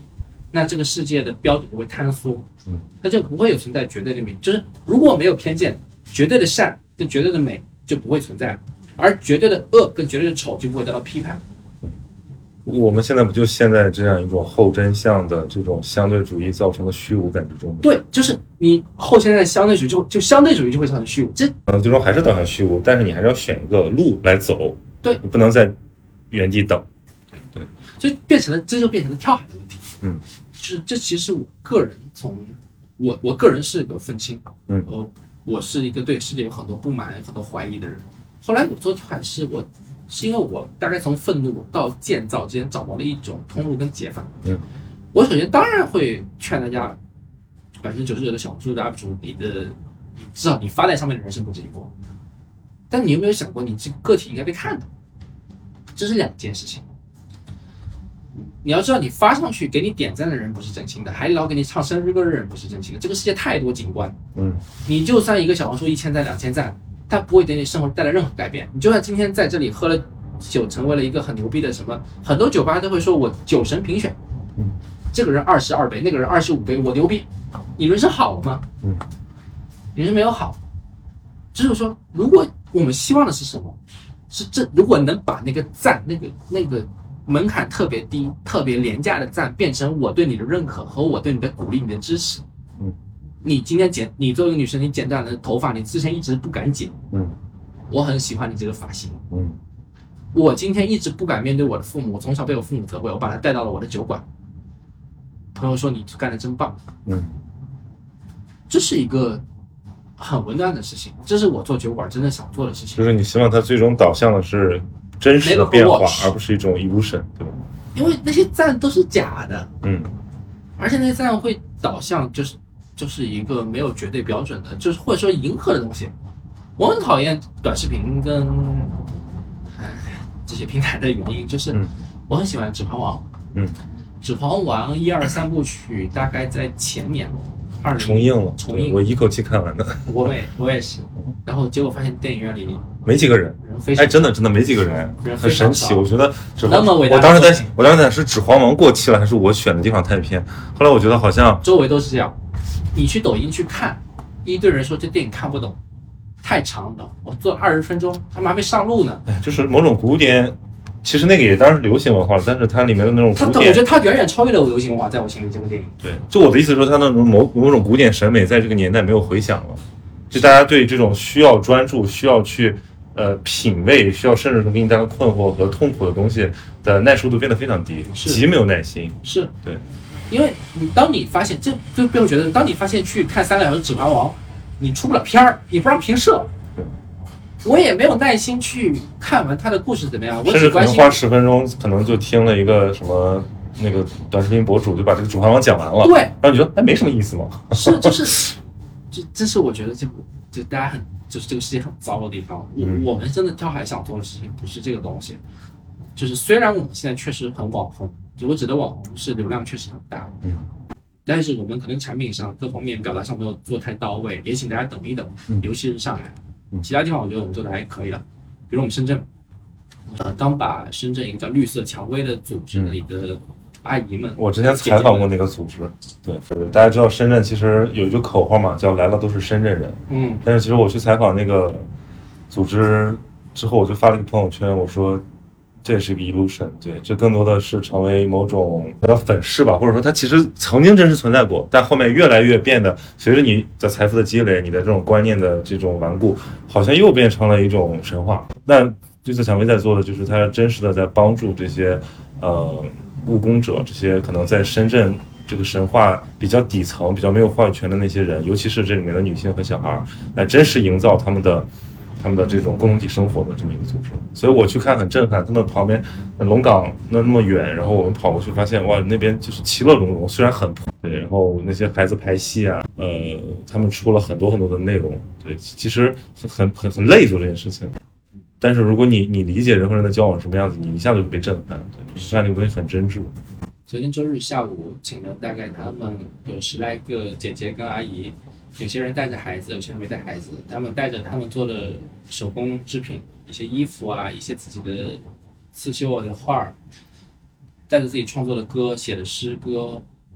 那这个世界的标准就会坍缩， 嗯， 它就不会有存在绝对的美。就是如果没有偏见，绝对的善跟绝对的美就不会存在，而绝对的恶跟绝对的丑就不会得到批判。 我们现在不就陷在这样一种后真相的这种相对主义造成的虚无感之中吗？ 对，就是你后现在相对主义就就相对主义就会造成虚无，这呃，最终还是导向虚无，但是你还是要选一个路来走， 对， 你不能在原地等。 对，所以变成了这就变成了跳海的问题。 嗯， 就是这其实我个人从我我个人是个愤青， 嗯， 呃，我是一个对世界有很多不满、很多怀疑的人。后来我做跳海是我是因为我大概从愤怒到建造之间找到了一种通路跟解法。 嗯， 我首先当然会劝大家，百分之九十九的小红书的 U P 主，你的至少你发在上面的人生不止一波。但你有没有想过，你这个个体应该被看到？这是两件事情。你要知道，你发上去给你点赞的人不是真心的，海底捞给你唱生日歌的人不是真心的。这个世界太多景观， 嗯， 你就算一个小红书一千赞、两千赞，它不会对你生活带来任何改变。你就算今天在这里喝了酒，成为了一个很牛逼的什么，很多酒吧都会说我酒神评选， 嗯， 这个人二十二杯，那个人二十五杯，我牛逼，你人生好了吗？ 嗯， 你人生没有好。就是说，如果我们希望的是什么？是这如果能把那个赞，那个那个。门槛特别低、特别廉价的赞，变成我对你的认可和我对你的鼓励、你的支持。 嗯， 你今天剪，你作为一个女生，你剪短了头发，你之前一直不敢剪。 嗯， 我很喜欢你这个发型。 嗯， 我今天一直不敢面对我的父母，我从小被我父母责备，我把他带到了我的酒馆。朋友说你干得真棒。 嗯，这是一个很温暖的事情，这是我做酒馆真正想做的事情。 就是你希望它最终导向的是真实的变化，而不是一种 illusion， 对吧？ 因为那些赞都是假的， 嗯， 而且那些赞会导向就是就是一个没有绝对标准的，就是或者说迎合的东西。我很讨厌短视频跟哎这些平台的原因，就是我很喜欢《指环王》， 嗯， 《指环王》一二三部曲大概在前年二重映了， 重映， 我一口气看完的。 我也我也是，然后结果发现电影院里没几个人，哎，真的真的没几个人，很神奇。我觉得指环，我当时在，我当时在是《指环王》过期了，还是我选的地方太偏？后来我觉得好像周围都是这样。你去抖音去看，一堆人说这电影看不懂，太长了，我做二十分钟，他们还没上路呢。 哎，就是某种古典，其实那个也当然是流行文化了，但是它里面的那种古典， 我觉得它远远超越了流行文化，在我心里这部电影。 对，就我的意思说，它那种某某种古典审美在这个年代没有回响了，就大家对这种需要专注、需要去。呃，品味需要甚至是给你带来困惑和痛苦的东西的耐受度变得非常低，极没有耐心。 是对， 因为你当你发现，这就不用觉得，当你发现去看三个小时《指环王》，你出不了片儿，你不让评社，我也没有耐心去看完他的故事怎么样。我甚至可能花十分钟，可能就听了一个什么那个短视频博主就把这个《指环王》讲完了， 对， 然后你觉得哎没什么意思吗？ 是，就是这这是我觉得这部就大家很。就是这个世界很糟的地方，我我们真的跳海想做的事情不是这个东西，就是虽然我们现在确实很网红，就我指的网红是流量确实很大， 嗯， 但是我们可能产品上各方面表达上没有做太到位，也请大家等一等，尤其是上海，其他地方我觉得我们做的还可以了，比如我们深圳，呃，刚把深圳一个叫绿色蔷薇的组织里的阿姨们， 我之前采访过那个组织，对，大家知道深圳其实有一句口号嘛，叫来了都是深圳人， 嗯， 但是其实我去采访那个组织之后，我就发了一个朋友圈，我说这是一个 illusion， 对，这更多的是成为某种叫粉饰吧，或者说它其实曾经真实存在过，但后面越来越变得，随着你的财富的积累，你的这种观念的这种顽固，好像又变成了一种神话。那绿色蔷薇在做的就是它真实的在帮助这些呃。务工者，这些可能在深圳这个神话比较底层、比较没有话语权的那些人，尤其是这里面的女性和小孩，来真实营造他们的、他们的这种共同体生活的这么一个组织。所以我去看很震撼，他们旁边龙岗那那么远，然后我们跑过去发现，哇，那边就是其乐融融，虽然很对，然后那些孩子排戏啊，呃，他们出了很多很多的内容，对，其实很很很累做这件事情。但是如果你你理解人和人的交往什么样子，你一下子就被震撼，对，看那个东西很真挚。 昨天周日下午请了大概他们有十来个姐姐跟阿姨，有些人带着孩子，有些人没带孩子，他们带着他们做的手工制品，一些衣服啊，一些自己的刺绣的画，带着自己创作的歌、写的诗歌，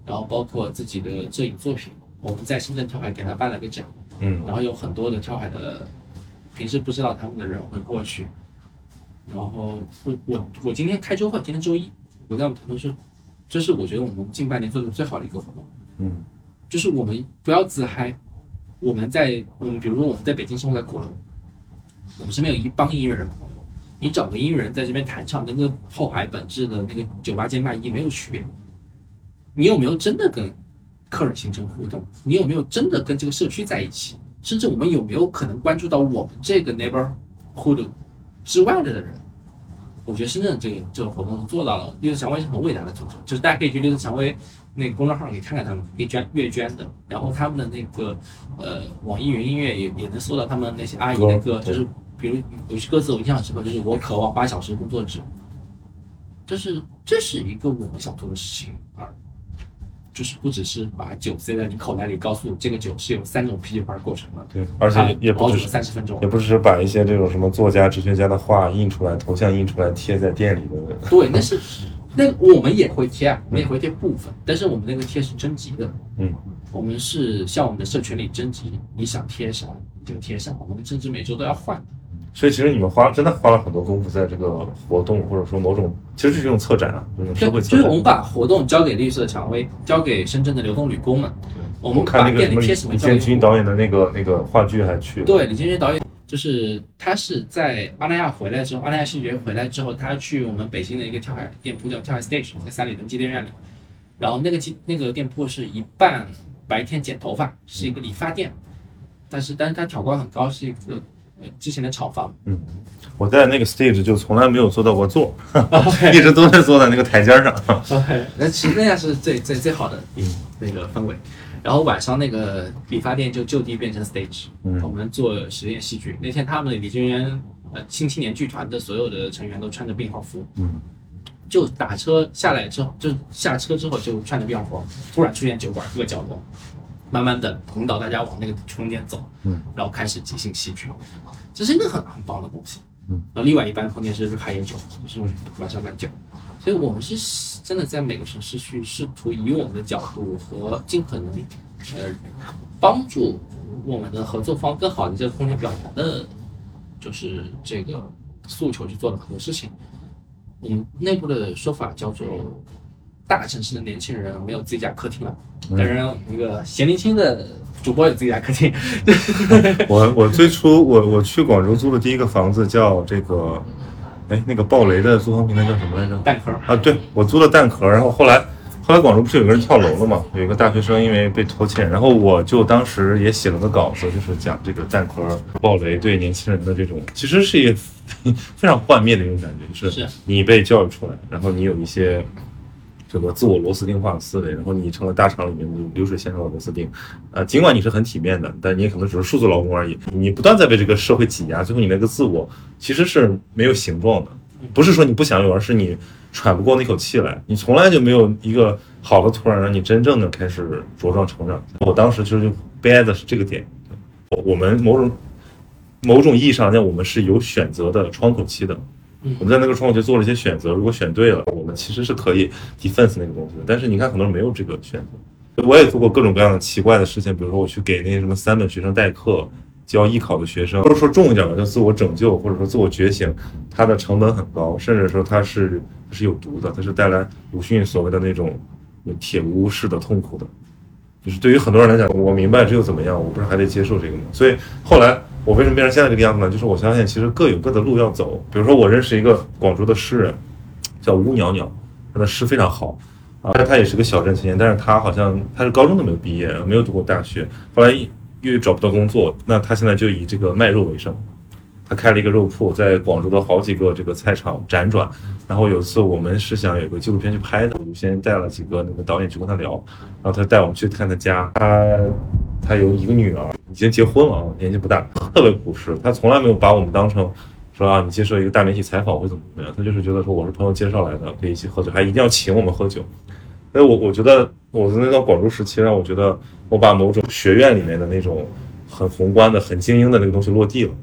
然后包括自己的摄影作品，我们在深圳跳海给他办了个展， 嗯， 然后有很多的跳海的平时不知道他们的人会过去，然后我我我今天开周会，今天周一，我在我们团队说，这是我觉得我们近半年做的最好的一个活动， 嗯， 就是我们不要自嗨，我们在我们比如说我们在北京生活在鼓楼，我们身边有一帮音乐人朋友，你找个音乐人在这边弹唱，跟那个后海本质的那个酒吧街卖艺没有区别。你有没有真的跟客人形成互动？你有没有真的跟这个社区在一起？甚至我们有没有可能关注到我们这个 neighborhood 之外的人？我觉得深圳这个这个活动做到了。绿色蔷薇是很伟大的组织，就是大家可以去绿色蔷薇那个公众号里看看他们可以捐月捐的，然后他们的那个呃网易云音乐也也能搜到他们那些阿姨的歌，就是比如有些歌词我印象很深刻，就是我渴望八小时工作制，就是这是一个我们想做的事情而。就是不只是把酒塞在你口袋里，告诉这个酒是由三种啤酒花构成的， 对，而且也不只是三十分钟， 也不只是把一些这种什么作家、哲学家的话印出来、头像印出来贴在店里的。 对，那是那我们也会贴啊，我们也会贴部分，但是我们那个贴是征集的， 嗯， 我们是向我们的社群里征集，你想贴啥你就贴上，我们甚至每周都要换。 所以其实你们花真的花了很多功夫在这个活动，或者说某种，其实是这种策展啊，这种社会策展。 就是我们把活动交给绿色蔷薇，交给深圳的流动旅工们。我们把店里贴什么？ 李建军导演的那个那个话剧还去了。 对，李建军导演就是他是在阿那亚回来之后，阿那亚戏剧回来之后，他去我们北京的一个跳海店铺叫跳海 Stage， 在三里屯机电院里。然后那个那个店铺是一半白天剪头发，是一个理发店，但是但是它挑高很高，是一个。呃，之前的厂房， 嗯，我在那个 stage 就从来没有坐到过座， okay. 一直都是坐在那个台阶上。 OK， 那其实那样是最最最好的那个氛围。然后晚上那个理发店就就地变成 stage，嗯，我们做实验戏剧。那天他们的李金源呃新青年剧团的所有的成员都穿着病号服，嗯，就打车下来之后，就下车之后就穿着病号服，突然出现酒馆各个角落。慢慢的引导大家往那个空间走，嗯，然后开始即兴戏剧，这是一个很很棒的东西，嗯。然后另外一半空间是开烟酒，就是晚上卖酒，所以我们是真的在每个城市去试图以我们的角度和尽可能，呃，帮助我们的合作方更好的这个空间表达的，就是这个诉求去做了很多事情。我们内部的说法叫做。大城市的年轻人没有自己家客厅了，当然那个闲年轻的主播有自己家客厅。 我我最初我我去广州租的第一个房子叫这个，哎，那个暴雷的租房平台叫什么来着？ 蛋壳啊，对，我租了蛋壳，然后后来后来广州不是有个人跳楼了嘛？有一个大学生因为被拖欠，然后我就当时也写了个稿子，就是讲这个蛋壳暴雷对年轻人的这种，其实是一个非常幻灭的一种感觉，就是你被教育出来，然后你有一些。这个自我螺丝钉化的思维，然后你成了大厂里面的流水线上的螺丝钉，呃，尽管你是很体面的，但你也可能只是数字劳工而已。你不断在被这个社会挤压，最后你那个自我其实是没有形状的，不是说你不想有，而是你喘不过那口气来。你从来就没有一个好的土壤让你真正的开始茁壮成长。我当时其实就悲哀的是这个点，我们某种某种意义上讲，我们是有选择的窗口期的。我们在那个窗口期做了一些选择，如果选对了，我们其实是可以 defense 那个东西的。但是你看，很多人没有这个选择。我也做过各种各样的奇怪的事情，比如说我去给那些什么三本学生代课，教艺考的学生，或者说重一点的叫自我拯救，或者说自我觉醒，它的成本很高，甚至说它是它是有毒的，它是带来鲁迅所谓的那种铁屋式的痛苦的。就是对于很多人来讲，我明白这又怎么样？我不是还得接受这个吗？所以后来。我为什么变成现在这个样子呢？就是我相信其实各有各的路要走。比如说我认识一个广州的诗人叫吴袅袅，他的诗非常好啊，但他也是个小镇青年，但是他好像他是高中都没有毕业，没有读过大学，后来又找不到工作，那他现在就以这个卖肉为生。他开了一个肉铺，在广州的好几个这个菜场辗转。然后有一次我们是想有个纪录片去拍的，我就先带了几个那个导演去跟他聊，然后他带我们去看他家，他他有一个女儿，已经结婚了，年纪不大，特别朴实。他从来没有把我们当成说啊，你接受一个大媒体采访会怎么怎么样，他就是觉得说我是朋友介绍来的，可以一起喝酒，还一定要请我们喝酒。所以我我觉得我的那段广州时期让我觉得我把某种学院里面的那种很宏观的、很精英的那个东西落地了。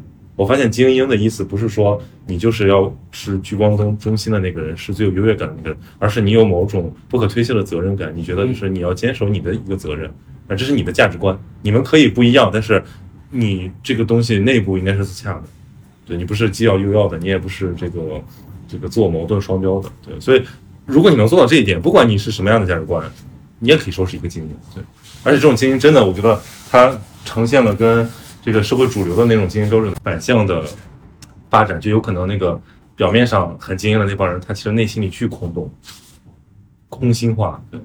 我发现精英的意思不是说你就是要是聚光灯中心的那个人，是最有优越感的那个人，而是你有某种不可推卸的责任感，你觉得就是你要坚守你的一个责任，啊，这是你的价值观。你们可以不一样，但是你这个东西内部应该是自洽的。对，你不是既要又要的，你也不是这个这个做矛盾双标的。对，所以如果你能做到这一点，不管你是什么样的价值观，你也可以说是一个精英。对，而且这种精英真的，我觉得它呈现了跟这个社会主流的那种精英标准反向的发展，就有可能那个表面上很精英的那帮人，他其实内心里巨空洞、空心化。对，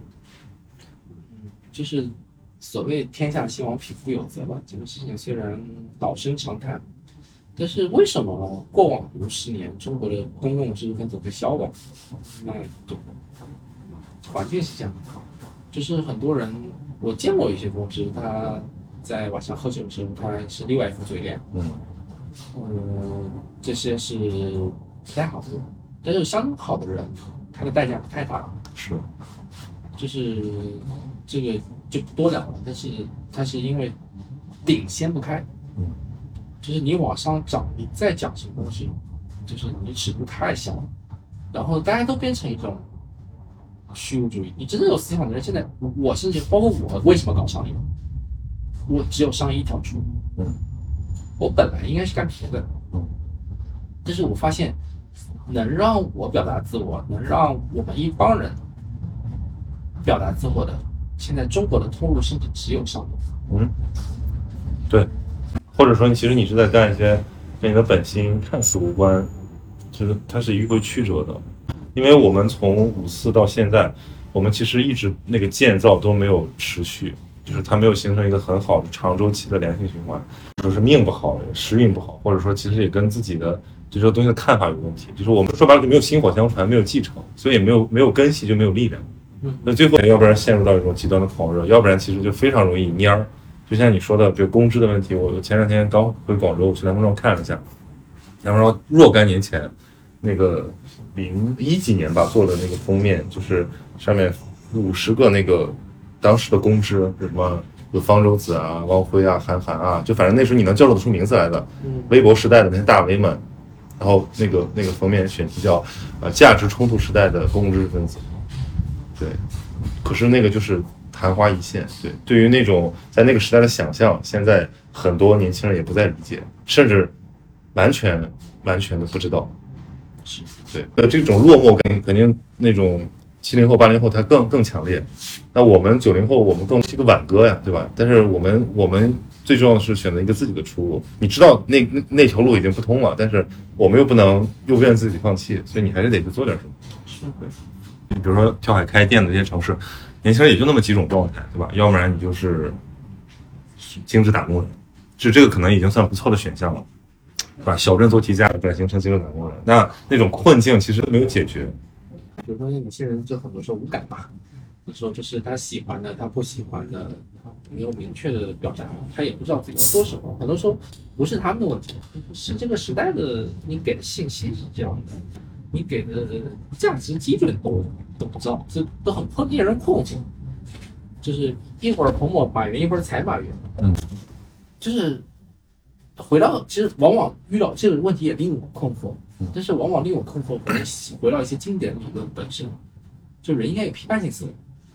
就是所谓天下兴亡，匹夫有责吧。这个事情虽然老生常谈，但是为什么过往五十年中国的公共知识分子会消亡？那环境是这样的，就是很多人，我见过一些公知，他在晚上喝酒的时候，他是另外一副嘴脸，嗯，嗯，这些是不太好的，但是相当好的人，他的代价不太大， 是， 就是这个就不多聊了，但是他是因为顶掀不开，嗯，就是你往上涨，你再讲什么东西，就是你尺度太小了，然后大家都变成一种虚无主义。你真正有思想的人，现在我甚至包括我，为什么搞商业？我只有商业一条出，嗯，我本来应该是干别的，嗯，但是我发现能让我表达自我，能让我们一帮人表达自我的，现在中国的通路甚至只有商业， 嗯，对，或者说其实你是在干一些跟你的本心看似无关，就是它是迂回曲折的，因为我们从五四到现在，我们其实一直那个建造都没有持续。就是它没有形成一个很好的长周期的良性循环，说是命不好，时运不好，或者说其实也跟自己的对这个东西的看法有问题。就是我们说白了就没有薪火相传，没有继承，所以也没有没有根系就没有力量。那最后要不然陷入到一种极端的狂热，要不然其实就非常容易蔫儿。就像你说的，比如公知的问题，我前两天刚回广州去梁丰庄看了一下，梁丰庄若干年前那个零一几年吧做的那个封面，就是上面五十个那个。当时的公知什么有方舟子啊、汪辉啊、韩寒啊，就反正那时候你能叫得出名字来的，微博时代的那些大 V 们，然后那个那个封面选题叫呃价值冲突时代的公共知识分子，对，可是那个就是昙花一现，对，对于那种在那个时代的想象，现在很多年轻人也不再理解，甚至完全完全的不知道，是对，呃这种落寞感肯定那种。七零后、八零后他更更强烈，那我们九零后我们更是一个挽歌呀，对吧？但是我们我们最重要的是选择一个自己的出路。你知道那那那条路已经不通了，但是我们又不能又不愿自己放弃，所以你还是得去做点什么。是对，你比如说跳海开店的这些城市，年轻人也就那么几种状态，对吧？要不然你就是精致打工人，就这个可能已经算不错的选项了，对吧？小镇做题家转型成精致打工人，那那种困境其实没有解决。 比如说有些人就很多时候无感吧，有时候就是他喜欢的他不喜欢的没有明确的表达，他也不知道自己说什么，很多时候不是他们的问题，是这个时代的你给的信息是这样的，你给的价值基准都都不知道，这都很困令人困惑，就是一会儿捧我马云，一会儿踩马云，嗯，就是回到其实往往遇到这个问题也令我困惑，但是往往令我困惑，可能回到一些经典理论本身，就人应该有批判性思维。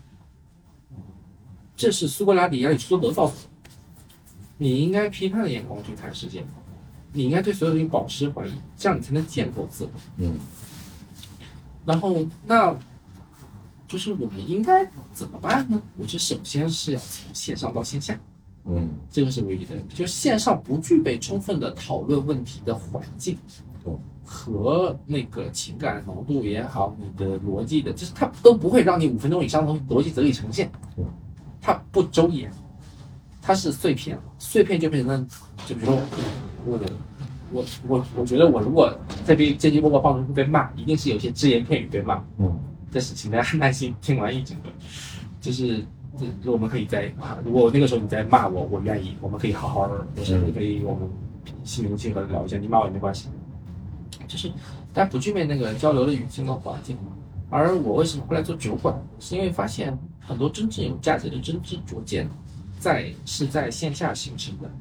这是苏格拉底、亚里士多德告诉我，你应该批判的眼光去看世界，你应该对所有东西保持怀疑，这样你才能建构自我。嗯。然后，那就是我们应该怎么办呢？我觉得首先是要从线上到线下。嗯，这个是唯一的，就是线上不具备充分的讨论问题的环境，和那个情感浓度也好，你的逻辑的，就是它都不会让你五分钟以上的逻辑得以呈现，它不周延，它是碎片，碎片就变成，就比如说我我我我觉得我如果这边这期播客放出去被骂，一定是有些只言片语被骂，嗯，但是请大家耐心听完一整个，就是。我们可以在啊，如果那个时候你在骂我，我愿意，我们可以好好的，就是可以我们心平气和的聊一下，你骂我也没关系。就是大家不具备那个交流的语境和环境。而我为什么后来做酒馆，是因为发现很多真正有价值的真知灼见，在是在线下形成的。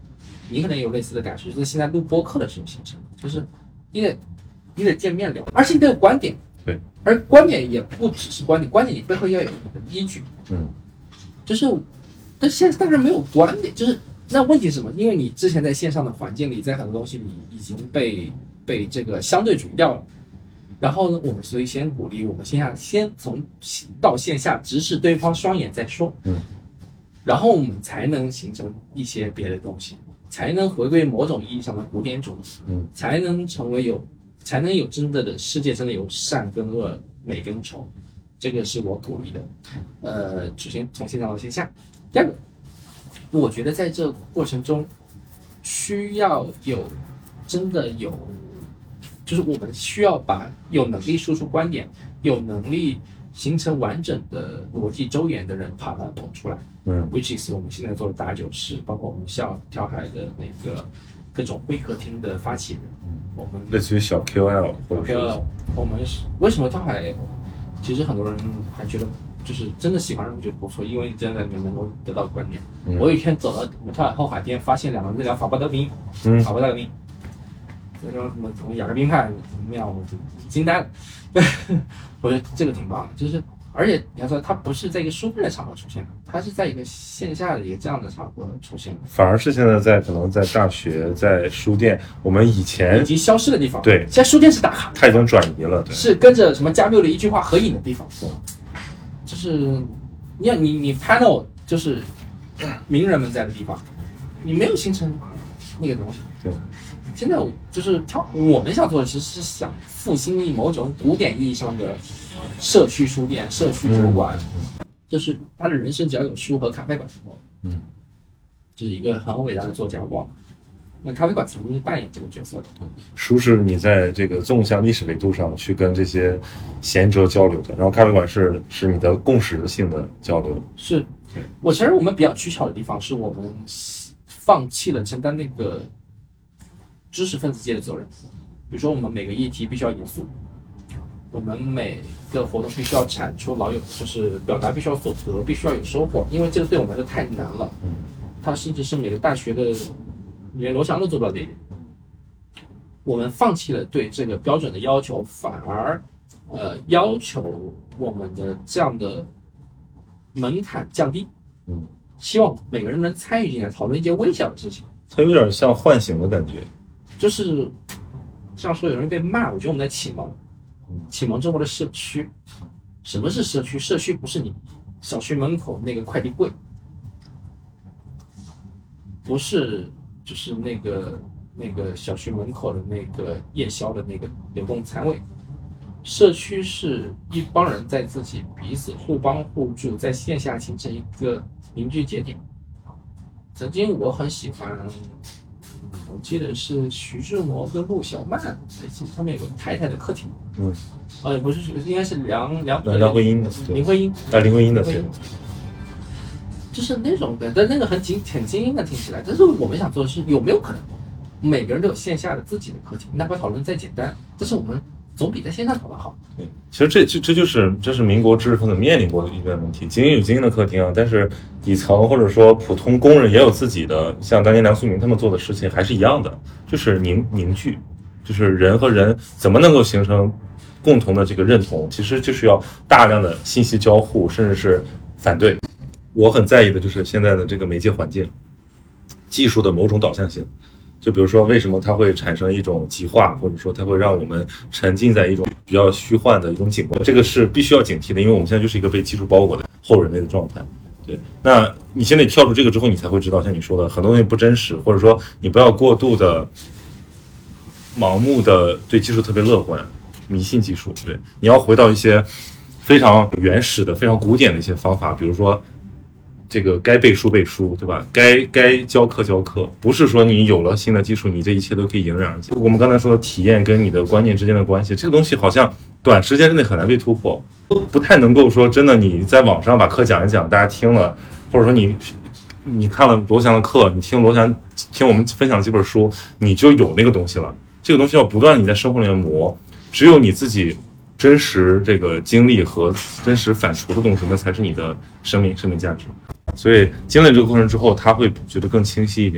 你可能有类似的感受，就是现在录播客的时候形成，就是你得你得见面聊，而且你得有观点， 对， 而观点也不只是观点，观点你背后要有依据， 嗯， 就是，但现在当然没有观点，就是那问题是什么？因为你之前在线上的环境里，在很多东西里已经被被这个相对主义掉了。然后呢，我们所以先鼓励我们线下先从到线下直视对方双眼再说， 嗯， 然后我们才能形成一些别的东西，才能回归某种意义上的古典主义， 嗯， 才能成为有，才能有真的的世界真的有善跟恶、美跟丑，这个是我鼓励的。呃，首先从线上到线下，第二个，我觉得在这个过程中需要有真的有。就是我们需要把有能力输出观点、有能力形成完整的逻辑周延的人把它捧出来。 嗯 ，which is 我们现在做的打酒室，包括我们校跳海的那个各种会客厅的发起人，我们类似于小 K O L 或者 K O L， 我们是为什么跳海？其实很多人还觉得就是真的喜欢人觉得不错，因为你真的在里面能够得到观点。嗯、我有一天走到我们跳海后海店，发现两个人在聊法国大革命，嗯，法国大革命。那种什么什么雅各宾派怎么样，我就惊呆了。我觉得这个挺棒的，就是而且你要说它不是在一个书面的场合出现的，它是在一个线下的一个这样的场合出现的。 反而是现在在可能在大学、在书店，我们以前已经消失的地方， 对， 现在书店是打卡， 它已经转移了，对， 是跟着什么加缪的一句话合影的地方，就是你要你你 panel 就是名人们在的地方，你没有形成那个东西， 对。 现在就是跳，我们想做的其实是想复兴某种古典意义上的社区书店、社区博物馆，嗯、就是他的人生只要有书和咖啡馆，嗯，这、就是一个很伟大的作家忘了。那咖啡馆曾经扮演这个角色的。 书是你在这个纵向历史维度上去跟这些贤哲交流的，然后咖啡馆是是你的共识性的交流。 是，我承认我们比较取巧的地方是我们放弃了承担那个。知识分子界的责任，比如说我们每个议题必须要严肃，我们每个活动必须要产出老有，就是表达必须要所得，必须要有收获，因为这个对我们来说太难了。它甚至是每个大学的连罗翔都做不到这一点。我们放弃了对这个标准的要求，反而呃要求我们的这样的门槛降低，嗯，希望每个人能参与进来，讨论一件微小的事情。 它有点像唤醒的感觉。 就是这样说，有人被骂。我觉得我们在启蒙，启蒙中国的社区。什么是社区？社区不是你小区门口那个快递柜，不是就是那个那个小区门口的那个夜宵的那个流动餐位。社区是一帮人在自己彼此互帮互助，在线下形成一个凝聚节点。曾经我很喜欢。我记得是徐志摩跟陆小曼，他们有个太太的客厅，嗯，呃，不是，应该是梁梁梁慧英的， 林徽因， 啊，林徽因的，对， 就是那种的，但那个很精很精英的听起来，但是我们想做的是有没有可能，每个人都有线下的自己的客厅，哪怕讨论再简单，但是我们总比在线上讨论好。 对，其实这这这就是这是民国知识分子面临过的一个问题，精英有精英的客厅啊，但是底层或者说普通工人也有自己的，像当年梁漱溟他们做的事情还是一样的，就是凝凝聚，就是人和人怎么能够形成共同的这个认同，其实就是要大量的信息交互，甚至是反对。我很在意的就是现在的这个媒介环境，技术的某种导向性。就比如说，为什么它会产生一种极化，或者说它会让我们沉浸在一种比较虚幻的一种景观，这个是必须要警惕的，因为我们现在就是一个被技术包裹的后人类的状态。对，那你现在跳出这个之后，你才会知道，像你说的，很多东西不真实，或者说你不要过度的盲目的对技术特别乐观，迷信技术。对，你要回到一些非常原始的、非常古典的一些方法，比如说。这个该背书背书，对吧？该该教课教课，不是说你有了新的技术，你这一切都可以迎刃而解。我们刚才说的体验跟你的观念之间的关系，这个东西好像短时间之内很难被突破，不太能够说真的你在网上把课讲一讲，大家听了，或者说你你看了罗翔的课，你听罗翔听我们分享几本书，你就有那个东西了。这个东西要不断你在生活里面磨，只有你自己真实这个经历和真实反刍的东西，那才是你的生命生命价值。所以经历这个过程之后，他会觉得更清晰一点。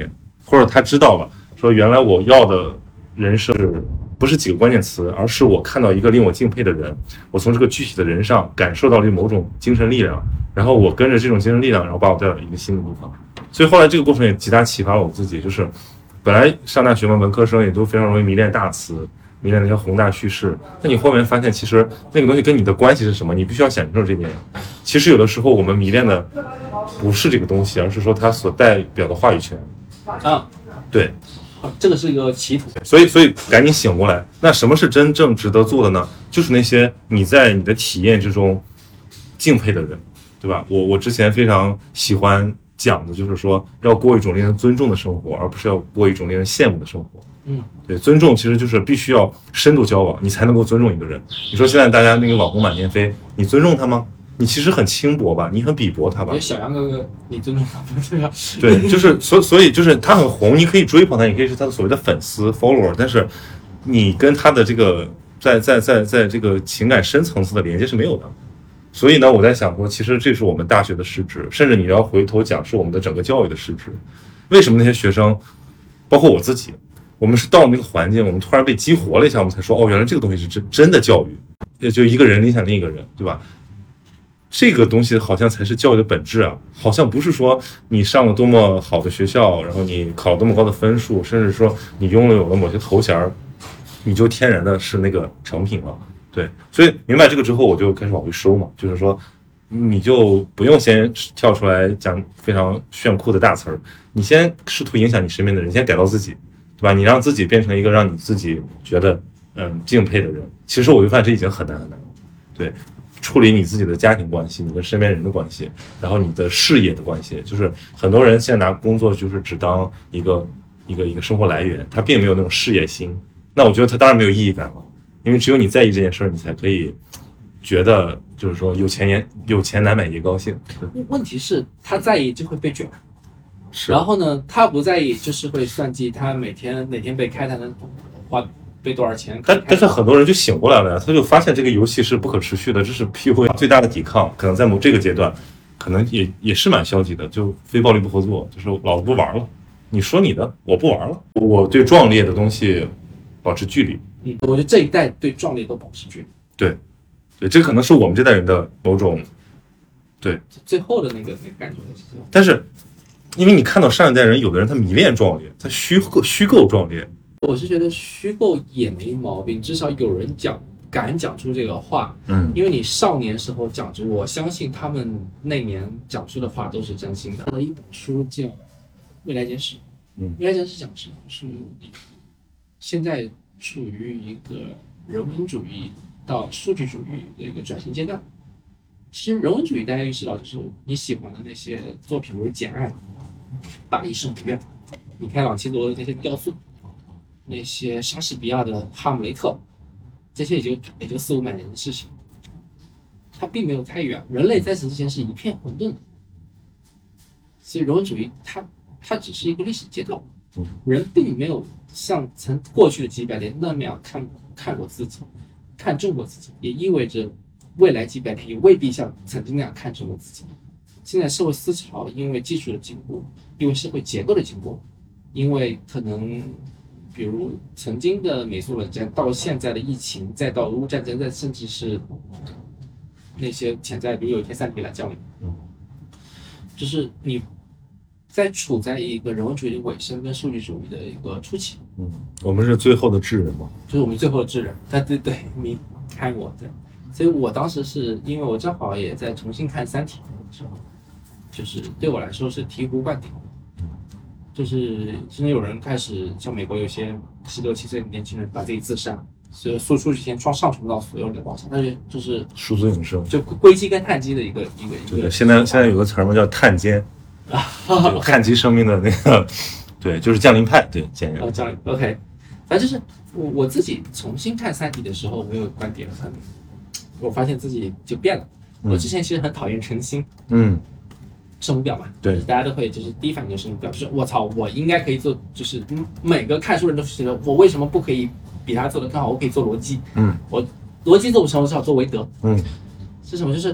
或者他知道了，说原来我要的人生不是几个关键词，而是我看到一个令我敬佩的人，我从这个具体的人上感受到了某种精神力量，然后我跟着这种精神力量，然后把我带到一个新的地方。所以后来这个过程也极大启发了我自己，就是本来上大学嘛，文科生也都非常容易迷恋大词，迷恋那些宏大叙事，那你后面发现其实那个东西跟你的关系是什么，你必须要享受这点。其实有的时候我们迷恋的不是这个东西，而是说它所代表的话语权啊， 对， 这个是一个歧途。 所以所以赶紧醒过来，那什么是真正值得做的呢？就是那些你在你的体验之中敬佩的人，对吧？我我之前非常喜欢讲的就是说，要过一种令人尊重的生活，而不是要过一种令人羡慕的生活。 嗯， 对，尊重其实就是必须要深度交往，你才能够尊重一个人。你说现在大家那个网红满天飞，你尊重他吗？你其实很轻薄吧，你很鄙薄他吧。 小杨哥哥，你尊重他吗？对吧？ 对，就是所所以就是他很红，你可以追捧他，你可以是他的所谓的粉丝 follower， 但是你跟他的这个在在在在这个情感深层次的连接是没有的。所以呢，我在想说，其实这是我们大学的失职，甚至你要回头讲是我们的整个教育的失职。为什么那些学生，包括我自己，我们是到那个环境，我们突然被激活了一下，我们才说，哦，原来这个东西是真真的教育，也就一个人影响另一个人，对吧？这个东西好像才是教育的本质啊，好像不是说你上了多么好的学校，然后你考了多么高的分数，甚至说你拥有了某些头衔，你就天然的是那个成品了。对，所以明白这个之后，我就开始往回收嘛，就是说，你就不用先跳出来讲非常炫酷的大词儿，你先试图影响你身边的人，先改造自己，对吧？你让自己变成一个让你自己觉得嗯敬佩的人。其实我就发现这已经很难很难了，对。处理你自己的家庭关系，你跟身边人的关系，然后你的事业的关系，就是很多人现在拿工作就是只当一个一个一个生活来源，他并没有那种事业心。那我觉得他当然没有意义感了，因为只有你在意这件事儿，你才可以觉得就是说有钱也有钱难买爷高兴。 问题是他在意就会被卷， 是。 然后呢，他不在意就是会算计他每天哪天被开他能花。被多少钱？ 但但是很多人就醒过来了呀，他就发现这个游戏是不可持续的，这是 P U A 最大的抵抗。可能在某这个阶段，可能也也是蛮消极的，就非暴力不合作，就是老子不玩了，你说你的，我不玩了，我对壮烈的东西保持距离。 嗯，我觉得这一代对壮烈都保持距离。 对，对，这可能是我们这代人的某种对最后的那个那个感觉。 但是，因为你看到上一代人，有的人他迷恋壮烈，他虚构虚构壮烈。 我是觉得虚构也没毛病，至少有人讲敢讲出这个话， 嗯， 因为你少年时候讲出，我相信他们那年讲出的话都是真心的。看了一本书叫《未来简史》， 嗯， 《未来简史》讲什么？是现在处于一个人文主义到数据主义的一个转型阶段。其实人文主义大家意识到，就是你喜欢的那些作品，比如《简爱》《巴黎圣母院》，米开朗基罗的那些雕塑。那些莎士比亚的《哈姆雷特》，这些也就也就四五百年的事情，它并没有太远。人类在此之前是一片混沌的，所以人文主义它它只是一个历史阶段，人并没有像曾过去的几百年那么样看看过自己，看重过自己，也意味着未来几百年也未必像曾经那样看重过自己。现在社会思潮因为技术的进步，因为社会结构的进步，因为可能。比如曾经的美苏冷战，到现在的疫情，再到俄乌战争，再甚至是那些潜在，比如有一天三体来降临， 嗯， 就是你在处在一个人文主义的尾声跟数据主义的一个初期。 嗯，我们是最后的智人嘛， 就是我们最后的智人。对对对，你看我对，所以我当时是因为我正好也在重新看《三体》的时候，就是对我来说是醍醐灌顶。就是真的有人开始像美国有些十六七岁的年轻人把自己自杀，所以数数据先创上传到所有的网上，但是就是数字永生， 就硅基跟碳基的一个一个一个。 现在现在有个词儿嘛叫碳奸，啊，碳基生命的那个，对，就是降临派，对，简言。 哦，降临 ，OK， 反正就是我我自己重新看三体的时候，我有观点很，我发现自己就变了。嗯、我之前其实很讨厌陈星，嗯。生物表嘛， 对， 大家都会就是第一反应就是生物表，就是我操，我应该可以做，就是每个看书人都是觉得我为什么不可以比他做得更好？我可以做逻辑，嗯，我逻辑做不成，我只好做维德，嗯，是什么？就是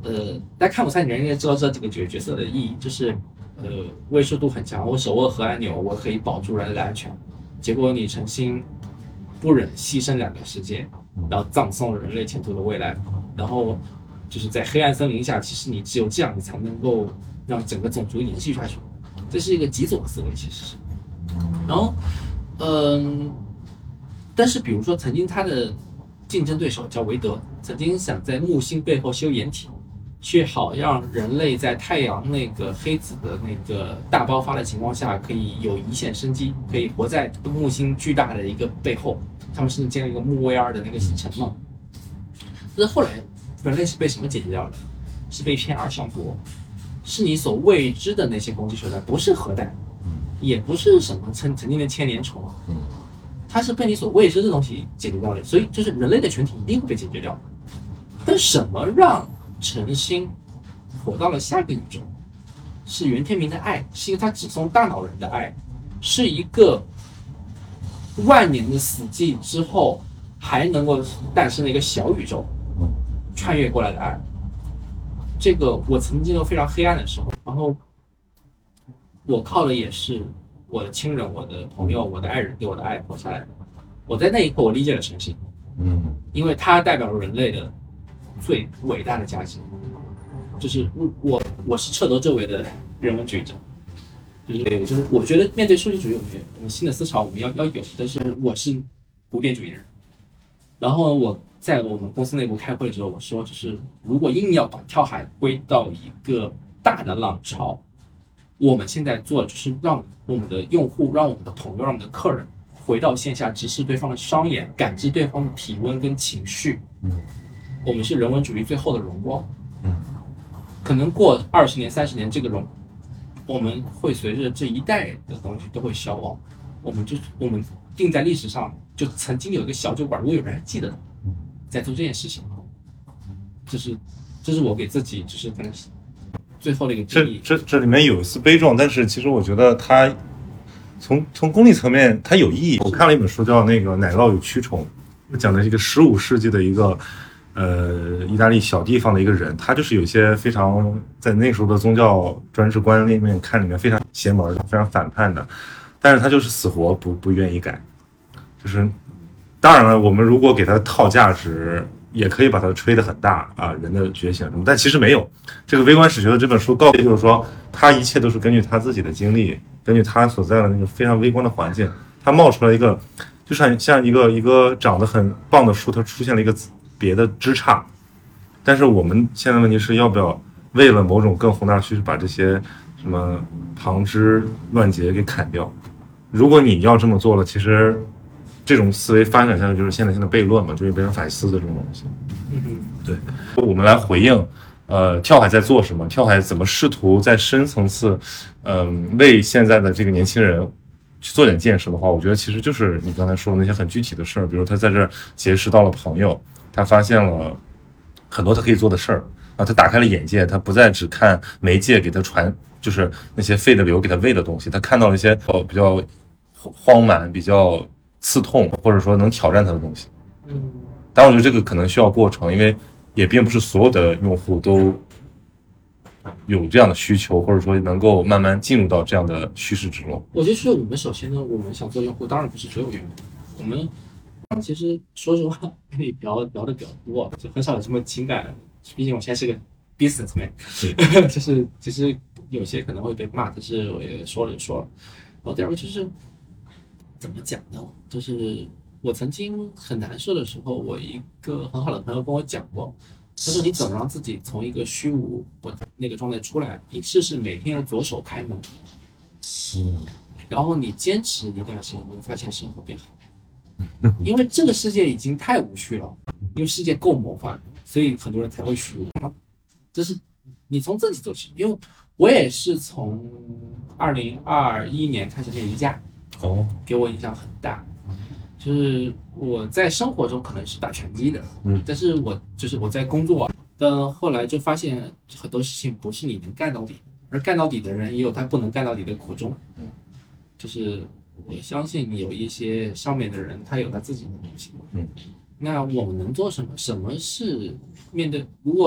呃，大家看我三体人应该知道这几个角角色的意义，就是呃威慑度很强，我手握核按钮，我可以保住人类的安全。结果你诚心不忍牺牲两个世界，然后葬送了人类前途的未来，然后就是在黑暗森林下，其实你只有这样，你才能够让整个种族延续下去。这是一个极左的思维，其实是。然后，嗯、呃，但是比如说，曾经他的竞争对手叫韦德，曾经想在木星背后修掩体，去好让人类在太阳那个黑子的那个大爆发的情况下，可以有一线生机，可以活在木星巨大的一个背后。他们甚至建了一个木卫二的那个星辰嘛。但是后来，人类是被什么解决掉的？是被偏而上博，是你所未知的那些攻击手段，不是核弹，也不是什么曾曾经的千年虫，它是被你所未知的东西解决掉的。所以，就是人类的群体一定会被解决掉。但什么让陈星活到了下个宇宙？是袁天明的爱，是一个他只送大脑人的爱，是一个万年的死寂之后还能够诞生的一个小宇宙穿越过来的爱。这个我曾经都非常黑暗的时候，然后我靠的也是我的亲人、我的朋友、我的爱人给我的爱活下来的。我在那一刻我理解了陈星，嗯，因为它代表了人类的最伟大的价值，就是我我是彻头彻尾的人文主义者。就是就是我觉得面对数据主义，我们我们新的思潮我们要要有，但是我是古典主义人。然后我在我们公司内部开会的时候，我说，就是如果硬要把跳海归到一个大的浪潮，我们现在做的就是让我们的用户、让我们的朋友、让我们的客人回到线下，直视对方的双眼，感知对方的体温跟情绪。嗯，我们是人文主义最后的荣光。嗯，可能过二十年、三十年，这个荣。我们会随着这一代的东西都会消亡，我们就我们定在历史上，就曾经有一个小酒馆，如果有人还记得，在做这件事情，这是这是我给自己就是可能是最后的一个定义。 这这这里面有一丝悲壮，但是其实我觉得它从从功利层面它有意义。我看了一本书叫《那个奶酪与蛆虫》，讲的是一个十五世纪的一个。呃，意大利小地方的一个人，他就是有些非常在那时候的宗教专制观里面看里面非常邪门的、非常反叛的，但是他就是死活不不愿意改。就是当然了，我们如果给他套价值，也可以把它吹得很大啊，人的觉醒什么，但其实没有。这个微观史学的这本书告诫就是说，他一切都是根据他自己的经历，根据他所在的那个非常微观的环境，他冒出来一个，就像像一个一个长得很棒的树，它出现了一个别的枝杈，但是我们现在问题是要不要为了某种更宏大的趋势把这些什么旁枝乱节给砍掉？如果你要这么做了，其实这种思维发展下去就是现在性的悖论嘛，就是别人反思的这种东西。嗯，对，我们来回应，呃，跳海在做什么？跳海怎么试图在深层次，嗯、呃，为现在的这个年轻人去做点建设的话，我觉得其实就是你刚才说的那些很具体的事儿，比如他在这儿结识到了朋友。他发现了很多他可以做的事儿啊，他打开了眼界，他不再只看媒介给他传，就是那些废的流给他喂的东西，他看到了一些呃比较荒蛮、比较刺痛，或者说能挑战他的东西。嗯，但我觉得这个可能需要过程，因为也并不是所有的用户都有这样的需求，或者说能够慢慢进入到这样的趋势之中。 我觉得是我们首先呢，我们想做用户，当然不是所有用户，我们。其实说实话，跟你聊聊的比较多，就很少有什么情感。毕竟我现在是个 businessman， 就是其实有些可能会被骂，但是我也说了就说了。然后第二个就是怎么讲呢？就是我曾经很难受的时候，我一个很好的朋友跟我讲过，他说你怎么让自己从一个虚无那个状态出来？你试试每天用左手开门，嗯，然后你坚持一段时间，你会发现生活变好。因为这个世界已经太无趣了，因为世界够魔幻，所以很多人才会虚无。就是你从自己做起，因为我也是从二零二一年开始练瑜伽，哦，给我影响很大。就是我在生活中可能是打拳击的，嗯，但是我就是我在工作，但后来就发现很多事情不是你能干到底，而干到底的人也有他不能干到底的苦衷，嗯，就是。我相信有一些上面的人，他有他自己的东西。嗯，那我们能做什么？什么是面对？如果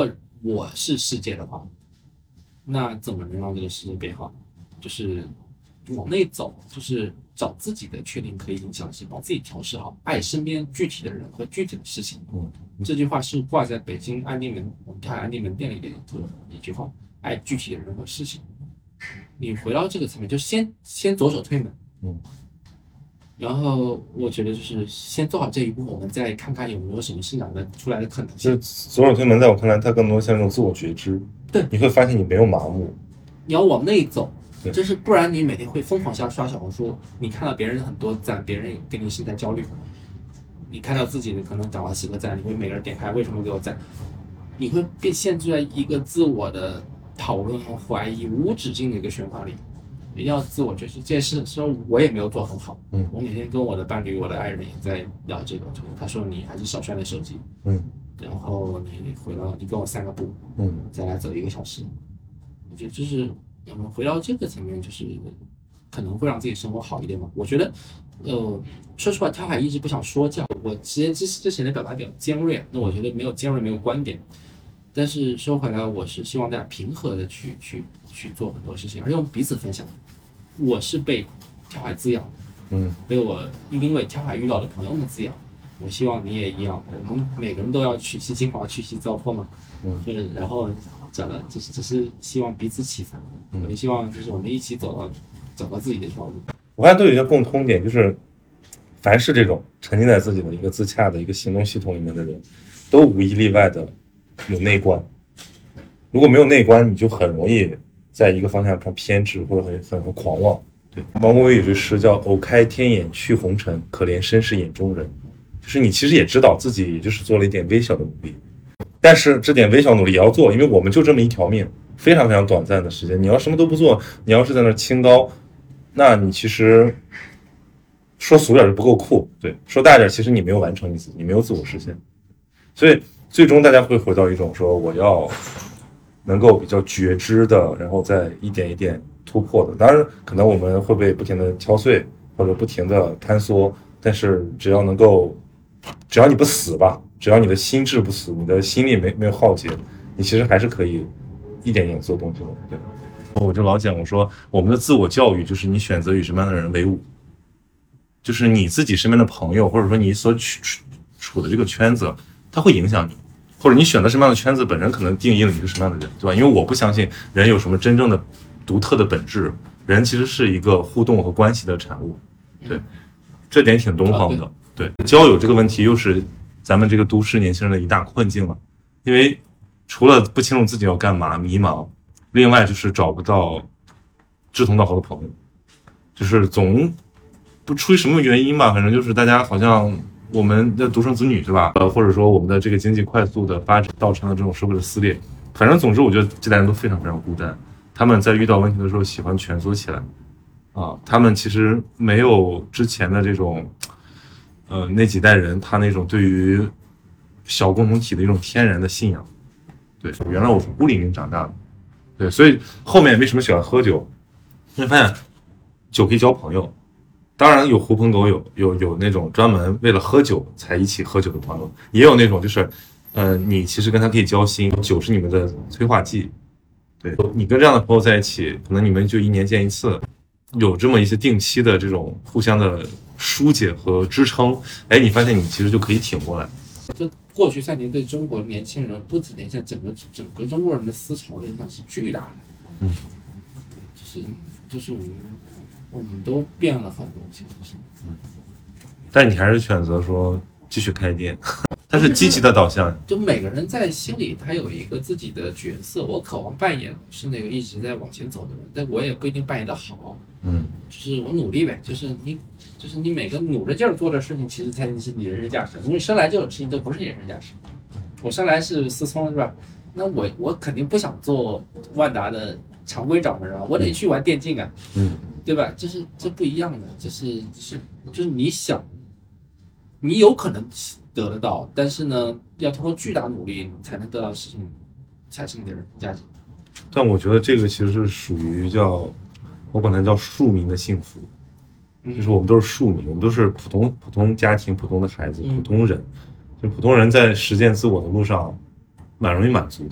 我是世界的话，那怎么能让这个世界变好？就是往内走，就是找自己的确定可以影响性，把自己调试好，爱身边具体的人和具体的事情。 嗯， 这句话是挂在北京安定门我们泰安定门店里的一个一句话，爱具体的人和事情。你回到这个层面，就先先左手推门， 嗯， 然后我觉得就是先做好这一步，我们再看看有没有什么生长的出来的可能性。 就是左手推门，在我看来，它更多像这种自我觉知。 对， 你会发现你没有麻木， 你要往内走，就是不然你每天会疯狂下刷小红书，你看到别人很多赞，别人给你心态焦虑，你看到自己的可能涨了十个赞，你会每个人点开为什么给我赞，你会变陷入在一个自我的讨论和怀疑无止境的一个循环里。一定要自我觉知，这件事说我也没有做很好。 嗯， 我每天跟我的伴侣、我的爱人也在聊这个，他说你还是少刷点手机。 嗯， 然后你回到你跟我散个步， 嗯， 再来走一个小时。我觉得就是我们回到这个层面，就是可能会让自己生活好一点嘛。我觉得，呃，说实话，跳海一直不想说教，我之前之之前的表达比较尖锐，那我觉得没有尖锐，没有观点。但是说回来，我是希望大家平和的去去去做很多事情，而且我们彼此分享。我是被跳海滋养的， 嗯， 被我因为跳海遇到的朋友们滋养。我希望你也一样，我们每个人都要取其精华，去其糟粕嘛。 嗯， 就是然后找到，只是只是希望彼此启发。嗯，我也希望就是我们一起走到走到自己的这条路。 我发现都有一个共通点，就是凡是这种沉浸在自己的一个自洽的一个行动系统里面的人，都无一例外的有内观。如果没有内观，你就很容易在一个方向上偏执或者很很很狂妄。对，王国维有句诗叫“偶开天眼去红尘，可怜身是眼中人”，就是你其实也知道自己也就是做了一点微小的努力，但是这点微小努力也要做，因为我们就这么一条命，非常非常短暂的时间。你要什么都不做，你要是在那清高，那你其实说俗点就不够酷，对，说大点其实你没有完成你自己，你没有自我实现。所以最终大家会回到一种说我要能够比较觉知的，然后再一点一点突破的。当然可能我们会被不停的敲碎或者不停的坍缩，但是只要能够只要你不死吧，只要你的心智不死，你的心力没没有耗竭，你其实还是可以一点点做东西的。对，我就老讲我说我们的自我教育就是你选择与什么样的人为伍，就是你自己身边的朋友或者说你所处处的这个圈子，它会影响你，或者你选择什么样的圈子本身可能定义了你是什么样的人，对吧？因为我不相信人有什么真正的独特的本质，人其实是一个互动和关系的产物。对，这点挺东方的。对，交友这个问题又是咱们这个都市年轻人的一大困境了，因为除了不清楚自己要干嘛迷茫，另外就是找不到志同道合的朋友，就是总不出于什么原因吧，反正就是大家好像我们的独生子女对吧，呃，或者说我们的这个经济快速的发展造成了这种社会的撕裂，反正总之我觉得这代人都非常非常孤单，他们在遇到问题的时候喜欢蜷缩起来啊，他们其实没有之前的这种呃那几代人他那种对于小共同体的一种天然的信仰。对，原来我是孤零零长大的，对，所以后面为什么喜欢喝酒，你会发现酒可以交朋友，当然有狐朋狗友，有有那种专门为了喝酒才一起喝酒的朋友，也有那种就是呃你其实跟他可以交心，酒是你们的催化剂。对，你跟这样的朋友在一起，可能你们就一年见一次，有这么一些定期的这种互相的疏解和支撑，哎，你发现你其实就可以挺过来。 就过去三年对中国年轻人，不止年轻人，整个整个中国人的思潮的影响是巨大的。 嗯， 就是就是我们我们都变了很多，其实是。 嗯，但你还是选择说继续开店，它是积极的导向。 就每个人在心里他有一个自己的角色，我渴望扮演是那个一直在往前走的人，但我也不一定扮演得好。 嗯， 就是我努力呗，就是你，就是你每个努着劲儿做的事情，其实才是你人生价值。因为生来这种事情都不是你人生价值。我生来是思聪是吧？那我我肯定不想做万达的常规掌门人，我得去玩电竞啊， 嗯， 对吧？这是这不一样的，这是是就是你想，你有可能得得到，但是呢，要通过巨大努力才能得到的事情，才是你的人生价值。 但我觉得这个其实是属于叫。我管它叫庶民的幸福，就是我们都是庶民，我们都是普通普通家庭、普通的孩子、普通人，就普通人在实践自我的路上蛮容易满足的。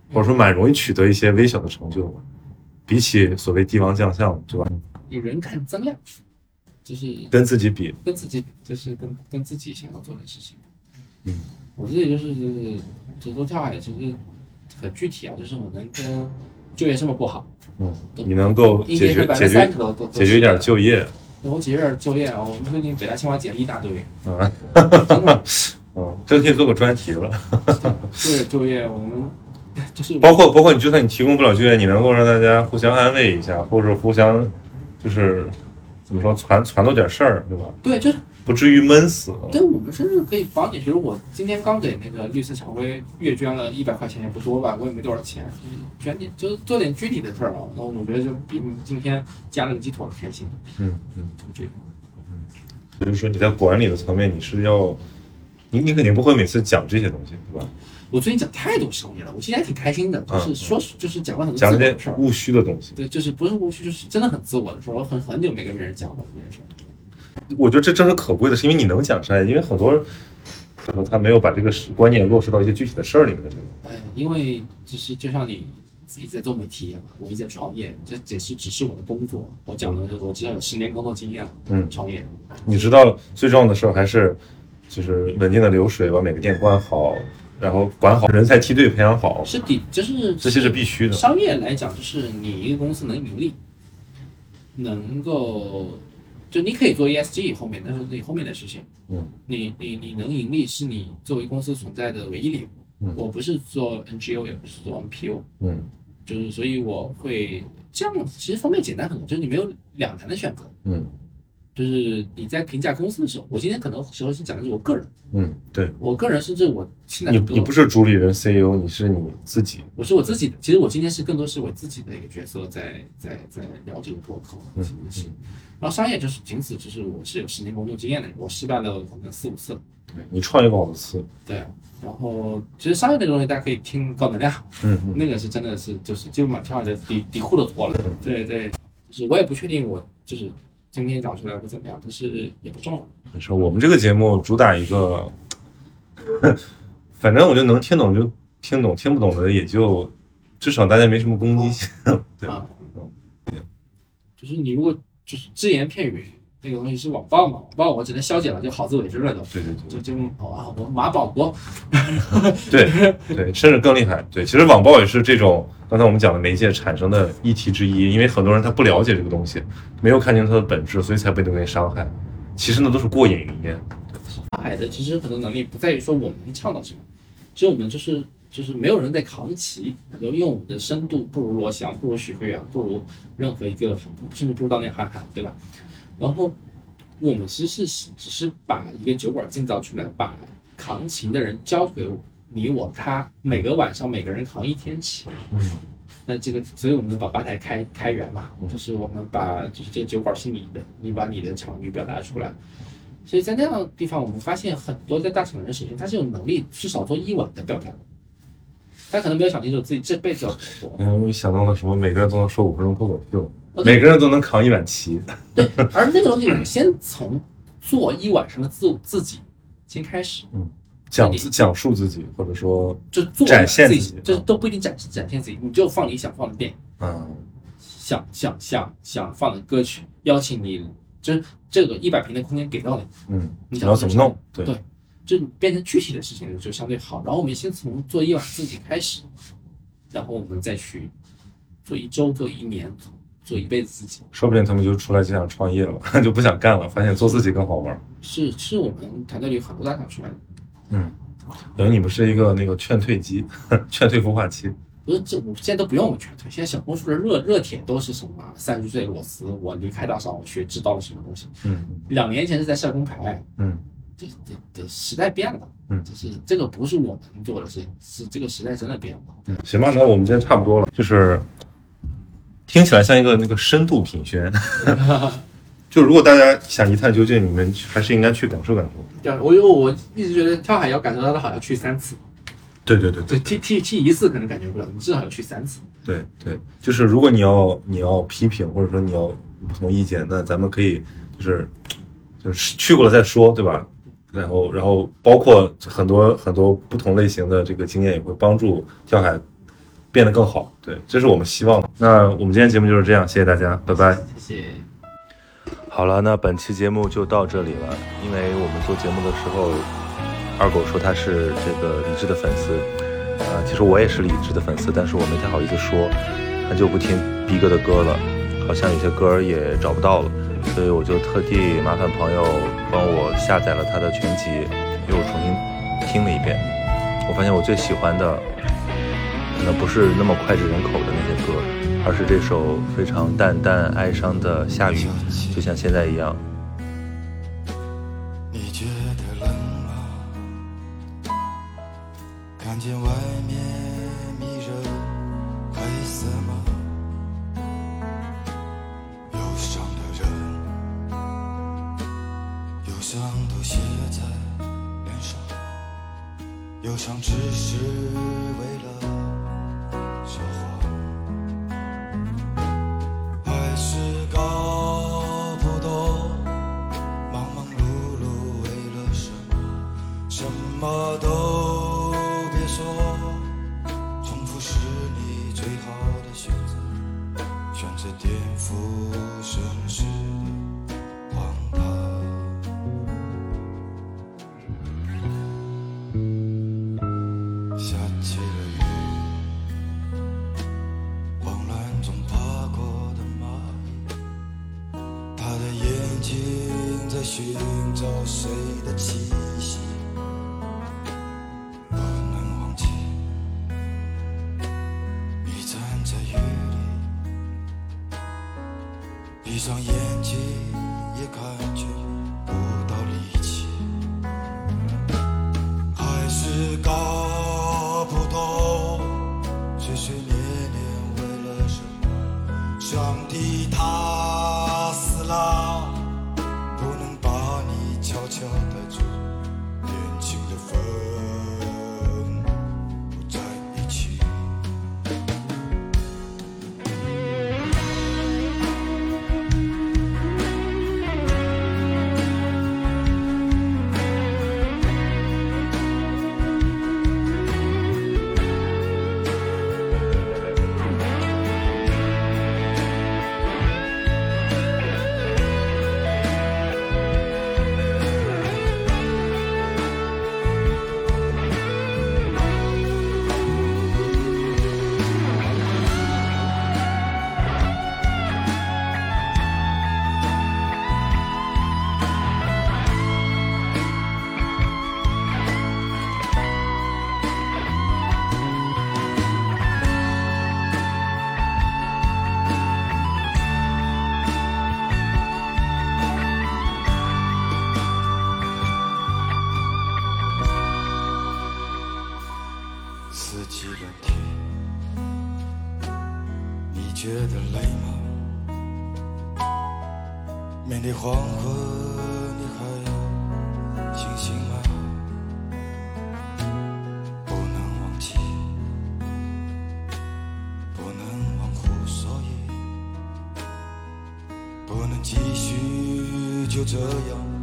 或者说蛮容易取得一些微小的成就的，比起所谓帝王将相，对吧？ 你人看增量，就是跟自己比， 跟自己就是跟跟自己想要做的事情。 嗯， 我自己就是就是就是做跳海，其实很具体啊，就是我能跟就业这么不好， 嗯，你能够解决解决解决一点就业。 我解决点就业啊！我们最近北大清华解了一大堆， 啊，真的，嗯，这可以做个专题了。 对就业，我们就是包括包括你，就算你提供不了就业，你能够让大家互相安慰一下，或者互相就是怎么说传传到点事儿，对吧？ 对，就是不至于闷死。 对，我们甚至可以帮你。比如我今天刚给那个绿色蔷薇月捐了一百块钱，也不多吧，我也没多少钱，就是捐点，就是做点具体的事儿啊。然后我觉得就比你今天加了个鸡腿开心。 嗯嗯， 这个， 嗯，所以说你在管理的层面，你是要，你你肯定不会每次讲这些东西，对吧？ 我最近讲太多商业了，我现在还挺开心的，就是说、嗯、就是讲了很多讲这些务虚的东西。 对，就是不是务虚，就是真的很自我的事儿，我很很久没跟别人讲过这件事儿。 我觉得这正是可贵的，是因为你能讲商业，因为很多人可能他没有把这个观念落实到一些具体的事儿里面的。 哎，因为就是就像你自己在做媒体一样，我一直在创业，这只是只是我的工作。我讲的就是我至少有十年工作经验了，嗯，创业。 你知道最重要的事儿还是就是稳定的流水，把每个店关好，然后管好人才梯队，培养好， 是底，就是这些是必须的。 商业来讲，就是你一个公司能盈利，能够。就你可以做 E S G 后面，但是你后面的事情，嗯，你你你能盈利是你作为公司存在的唯一理由。嗯，我不是做 N G O， 也不是做 N P O， 嗯，就是所以我会这样，其实方面简单很多，就是你没有两难的选择，嗯，就是你在评价公司的时候，我今天可能时候是讲的是我个人，嗯，对，我个人甚至我现在你你不是主理人 C E O， 你是你自己， 我是我自己的，其实我今天是更多是我自己的一个角色在在在聊这个播客，嗯是。然后商业就是仅此，就是我是有十年工作经验的人，我失败了可能四五次。 对，你创业过好多次。 对，然后其实商业这个东西大家可以听高能量，嗯，嗯那个是真的是就是就把跳的底底裤都脱了。对对，就是我也不确定我就是今天讲出来会怎么样，但是也不重要。 没事，我们这个节目主打一个，反正我就能听懂就听懂，听不懂的也就至少大家没什么攻击性。对啊， 就是你如果。就是只言片语，那个东西是网暴嘛？网暴我只能消解了，就好自为之了都。 对对对， 就就啊，我马保国。 对对，甚至更厉害。对，其实网暴也是这种刚才我们讲的媒介产生的议题之一，因为很多人他不了解这个东西，没有看清它的本质，所以才被这个伤害。其实那都是过眼云烟。 大海的其实很多能力不在于说我们倡导什么，其实我们就是就是没有人在扛旗，因为我们的深度不如罗翔，不如许飞远，不如任何一个，甚至不如当年韩寒，对吧？然后我们其实是只是把一个酒馆建造出来，把扛旗的人交给你我他，每个晚上每个人扛一天旗。嗯，那这个，所以我们把吧台开开源嘛，就是我们把就是这个酒馆是你的，你把你的场域表达出来。所以在那样的地方，我们发现很多在大厂的人，首先他是有能力至少做一晚的表达的。他可能没有想清楚自己这辈子要做。 嗯，我想到了什么？每个人都能说五分钟脱口秀， okay. 每个人都能扛一碗旗。 对，而那个东西，我们先从做一晚上的自自己先开始。嗯， 讲讲述自己，或者说就做展现自己， 这都不一定展展现自己，你就放你想放的电影，嗯，想想想想放的歌曲，邀请你，就是这个一百平的空间给到你，嗯， 你要怎么弄？对。 对，就变成具体的事情就相对好，然后我们先从做一晚自己开始，然后我们再去做一周、做一年、做一辈子自己。 说不定他们就出来就想创业了，就不想干了，发现做自己更好玩。 是，是我们团队里很多大厂出来的。 嗯，等于你们是一个那个劝退机，劝退孵化器。 不是，这我现在都不用我们劝退，现在小红书的热热帖都是什么三十岁裸辞，我离开大厂，我学知道了什么东西。嗯，两年前是在晒工牌。嗯。这这这时代变了，嗯，就是这个不是我们做的事情，是这个时代真的变了。 嗯，行吧，那我们今天差不多了，就是听起来像一个那个深度品宣，就如果大家想一探究竟，你们还是应该去感受感受。 对，我有我一直觉得跳海要感受到的好要去三次。 对对对对， 踢踢踢一次可能感觉不了，你至少要去三次。 对对，就是如果你要你要批评或者说你要不同意见，那咱们可以就是就是去过了再说，对吧？然后，然后包括很多很多不同类型的这个经验，也会帮助跳海变得更好。对，这是我们希望的。那我们今天节目就是这样，谢谢大家，拜拜。 谢谢。 好了，那本期节目就到这里了。因为我们做节目的时候，二狗说他是这个李志的粉丝，呃，其实我也是李志的粉丝，但是我没太好意思说，很久不听逼哥的歌了，好像有些歌也找不到了，所以我就特地麻烦朋友帮我下载了他的全集，又重新听了一遍。我发现我最喜欢的可能不是那么脍炙人口的那些歌，而是这首非常淡淡哀伤的《下雨》，就像现在一样。 你觉得冷吗？看见外面迷人黑色吗？忧伤的人，忧伤都写在脸上，忧伤只是为了说谎，还是搞不懂，忙忙碌碌为了什么？什么都别说，重复是你最好的选择，选择颠覆现实的荒唐。下起了雨，慌乱中爬过的蚂蚁，他的眼睛在寻找谁的气息，不能忘记你站在雨里，闭上眼睛也感觉不到力气，还是搞不懂，碎碎念念为了什么？上帝他死了，不能把你悄悄带走，年轻的分不在一起。四季轮替，你觉得累吗？面对黄昏，你还有信心吗？不能忘记，不能忘乎所以，不能继续就这样